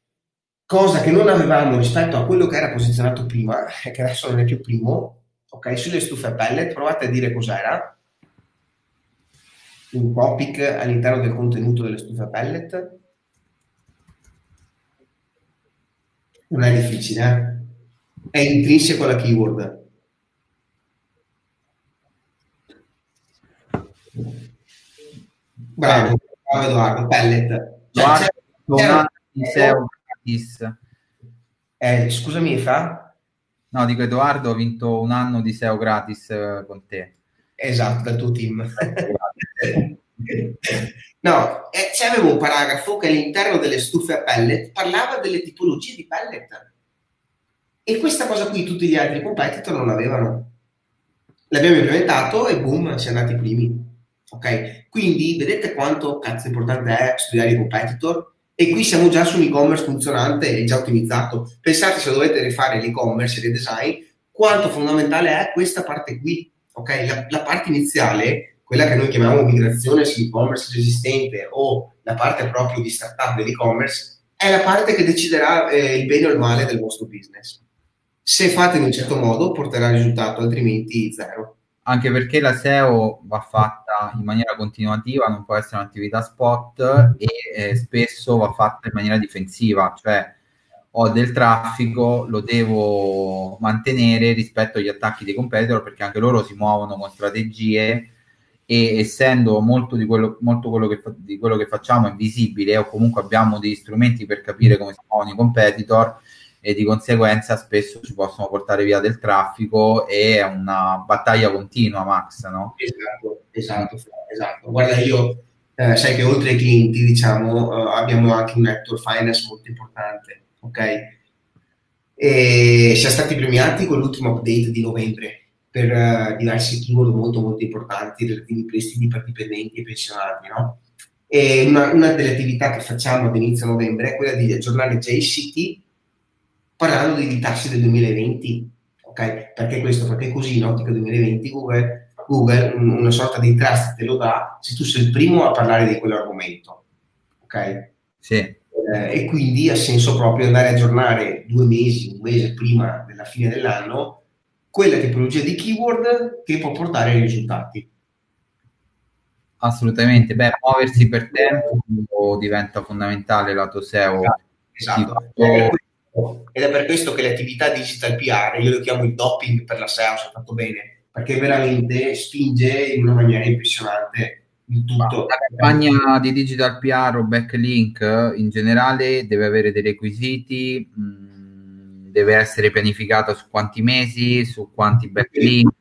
cosa che non avevamo rispetto a quello che era posizionato prima, che adesso non è più primo, ok, sulle stufe a pellet, provate a dire cos'era, un topic all'interno del contenuto delle stufe a pellet. Non è difficile, È intrinseco alla keyword. Bravo, bravo Edoardo, pellet. Cioè, Edoardo, un c'era anno di SEO gratis. scusami, Fra? No, dico Edoardo, ho vinto un anno di SEO gratis con te. Esatto, dal tuo team. No, c'avevo un paragrafo che all'interno delle stufe a pellet parlava delle tipologie di pellet. E questa cosa qui tutti gli altri competitor non avevano. L'abbiamo implementato e boom, siamo andati primi. Ok? Quindi vedete quanto cazzo importante è studiare i competitor? E qui siamo già su un e-commerce funzionante e già ottimizzato. Pensate se dovete rifare l'e-commerce e il design, quanto fondamentale è questa parte qui. Ok? La parte iniziale, quella che noi chiamiamo migrazione sull'e-commerce esistente o la parte proprio di startup dell'e-commerce, è la parte che deciderà il bene o il male del vostro business. Se fate in un certo modo porterà risultato, altrimenti zero. Anche perché la SEO va fatta in maniera continuativa, non può essere un'attività spot e spesso va fatta in maniera difensiva, cioè ho del traffico, lo devo mantenere rispetto agli attacchi dei competitor perché anche loro si muovono con strategie e essendo molto quello di quello che facciamo è visibile o comunque abbiamo degli strumenti per capire come si muovono i competitor e di conseguenza spesso ci possono portare via del traffico e è una battaglia continua, Max, no? Esatto, esatto, esatto. Guarda, io sai che oltre ai clienti, diciamo, abbiamo anche un network finance molto importante, ok? E siamo stati premiati con l'ultimo update di novembre per diversi keyword molto molto importanti relativi ai prestiti per dipendenti e pensionati, no? E una delle attività che facciamo ad inizio novembre è quella di aggiornare JCT parlando dei tassi del 2020, ok? Perché questo? Perché così in ottica 2020 Google una sorta di trust te lo dà se tu sei il primo a parlare di quell'argomento, ok? Sì, E quindi ha senso proprio andare a aggiornare 2 mesi, un mese prima della fine dell'anno, quella tipologia di keyword che può portare ai risultati. assolutamente. Beh, muoversi per tempo diventa fondamentale lato SEO. Di Esatto. fatto, Ed è per questo che le attività digital PR, io le chiamo il doping per la SEO, se fatto bene, perché veramente spinge in una maniera impressionante il ma tutto. la campagna di digital PR o backlink in generale deve avere dei requisiti, deve essere pianificata su quanti mesi, su quanti backlink.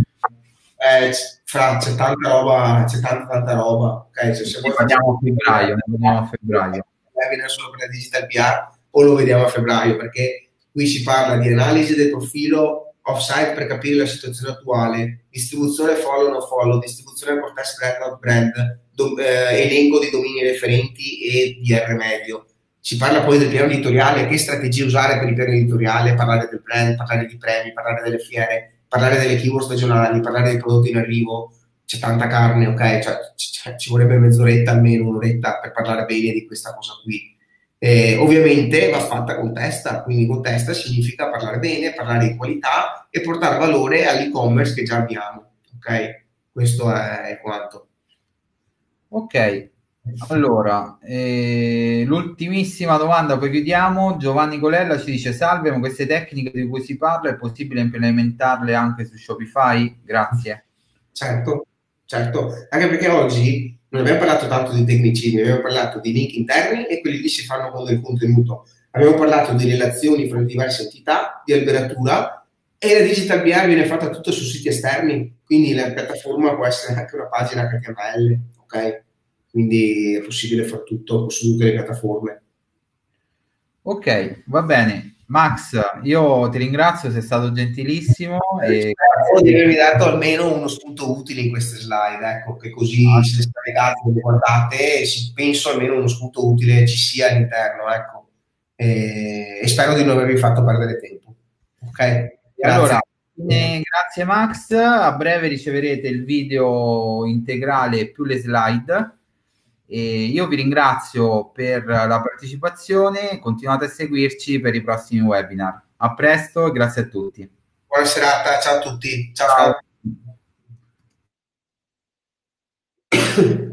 Fra, c'è tanta roba, c'è tanta roba. Ok, se Ne vuoi facciamo parliamo a febbraio, ne parliamo a febbraio. webinar solo per la digital PR o lo vediamo a febbraio, perché qui si parla di analisi del profilo off-site per capire la situazione attuale, distribuzione follow no follow, distribuzione por test brand not brand, elenco di domini referenti e DR medio. Si parla poi del piano editoriale, che strategie usare per il piano editoriale, parlare del brand, parlare di premi, parlare delle fiere, parlare delle keyword stagionali, parlare dei prodotti in arrivo. C'è tanta carne, ok? Cioè, ci vorrebbe mezz'oretta, almeno un'oretta per parlare bene di questa cosa qui. Ovviamente va fatta con testa, quindi con testa significa parlare bene, parlare di qualità e portare valore all'e-commerce che già abbiamo, ok? Questo è quanto. Ok, allora, l'ultimissima domanda, poi chiudiamo. Giovanni Colella ci dice: Salve, ma queste tecniche di cui si parla è possibile implementarle anche su Shopify? Grazie. Certo, certo, anche perché oggi non abbiamo parlato tanto di tecnicismi, abbiamo parlato di link interni e quelli lì si fanno con del contenuto. Abbiamo parlato di relazioni fra le diverse entità, di alberatura e la digital PR viene fatta tutto su siti esterni, quindi la piattaforma può essere anche una pagina HTML, ok? Quindi è possibile fare tutto su tutte le piattaforme. Ok, va bene. Max, io ti ringrazio, sei stato gentilissimo e Spero di grazie. avervi dato almeno uno spunto utile in queste slide, ecco, che così se le scaricate, le guardate, penso almeno uno spunto utile ci sia all'interno, ecco. E spero di non avervi fatto perdere tempo. Ok? Allora, Grazie. grazie Max, a breve riceverete il video integrale più le slide. E io vi ringrazio per la partecipazione, continuate a seguirci per i prossimi webinar. A presto e grazie a tutti. Buona serata, ciao a tutti. Ciao Ciao. Franco.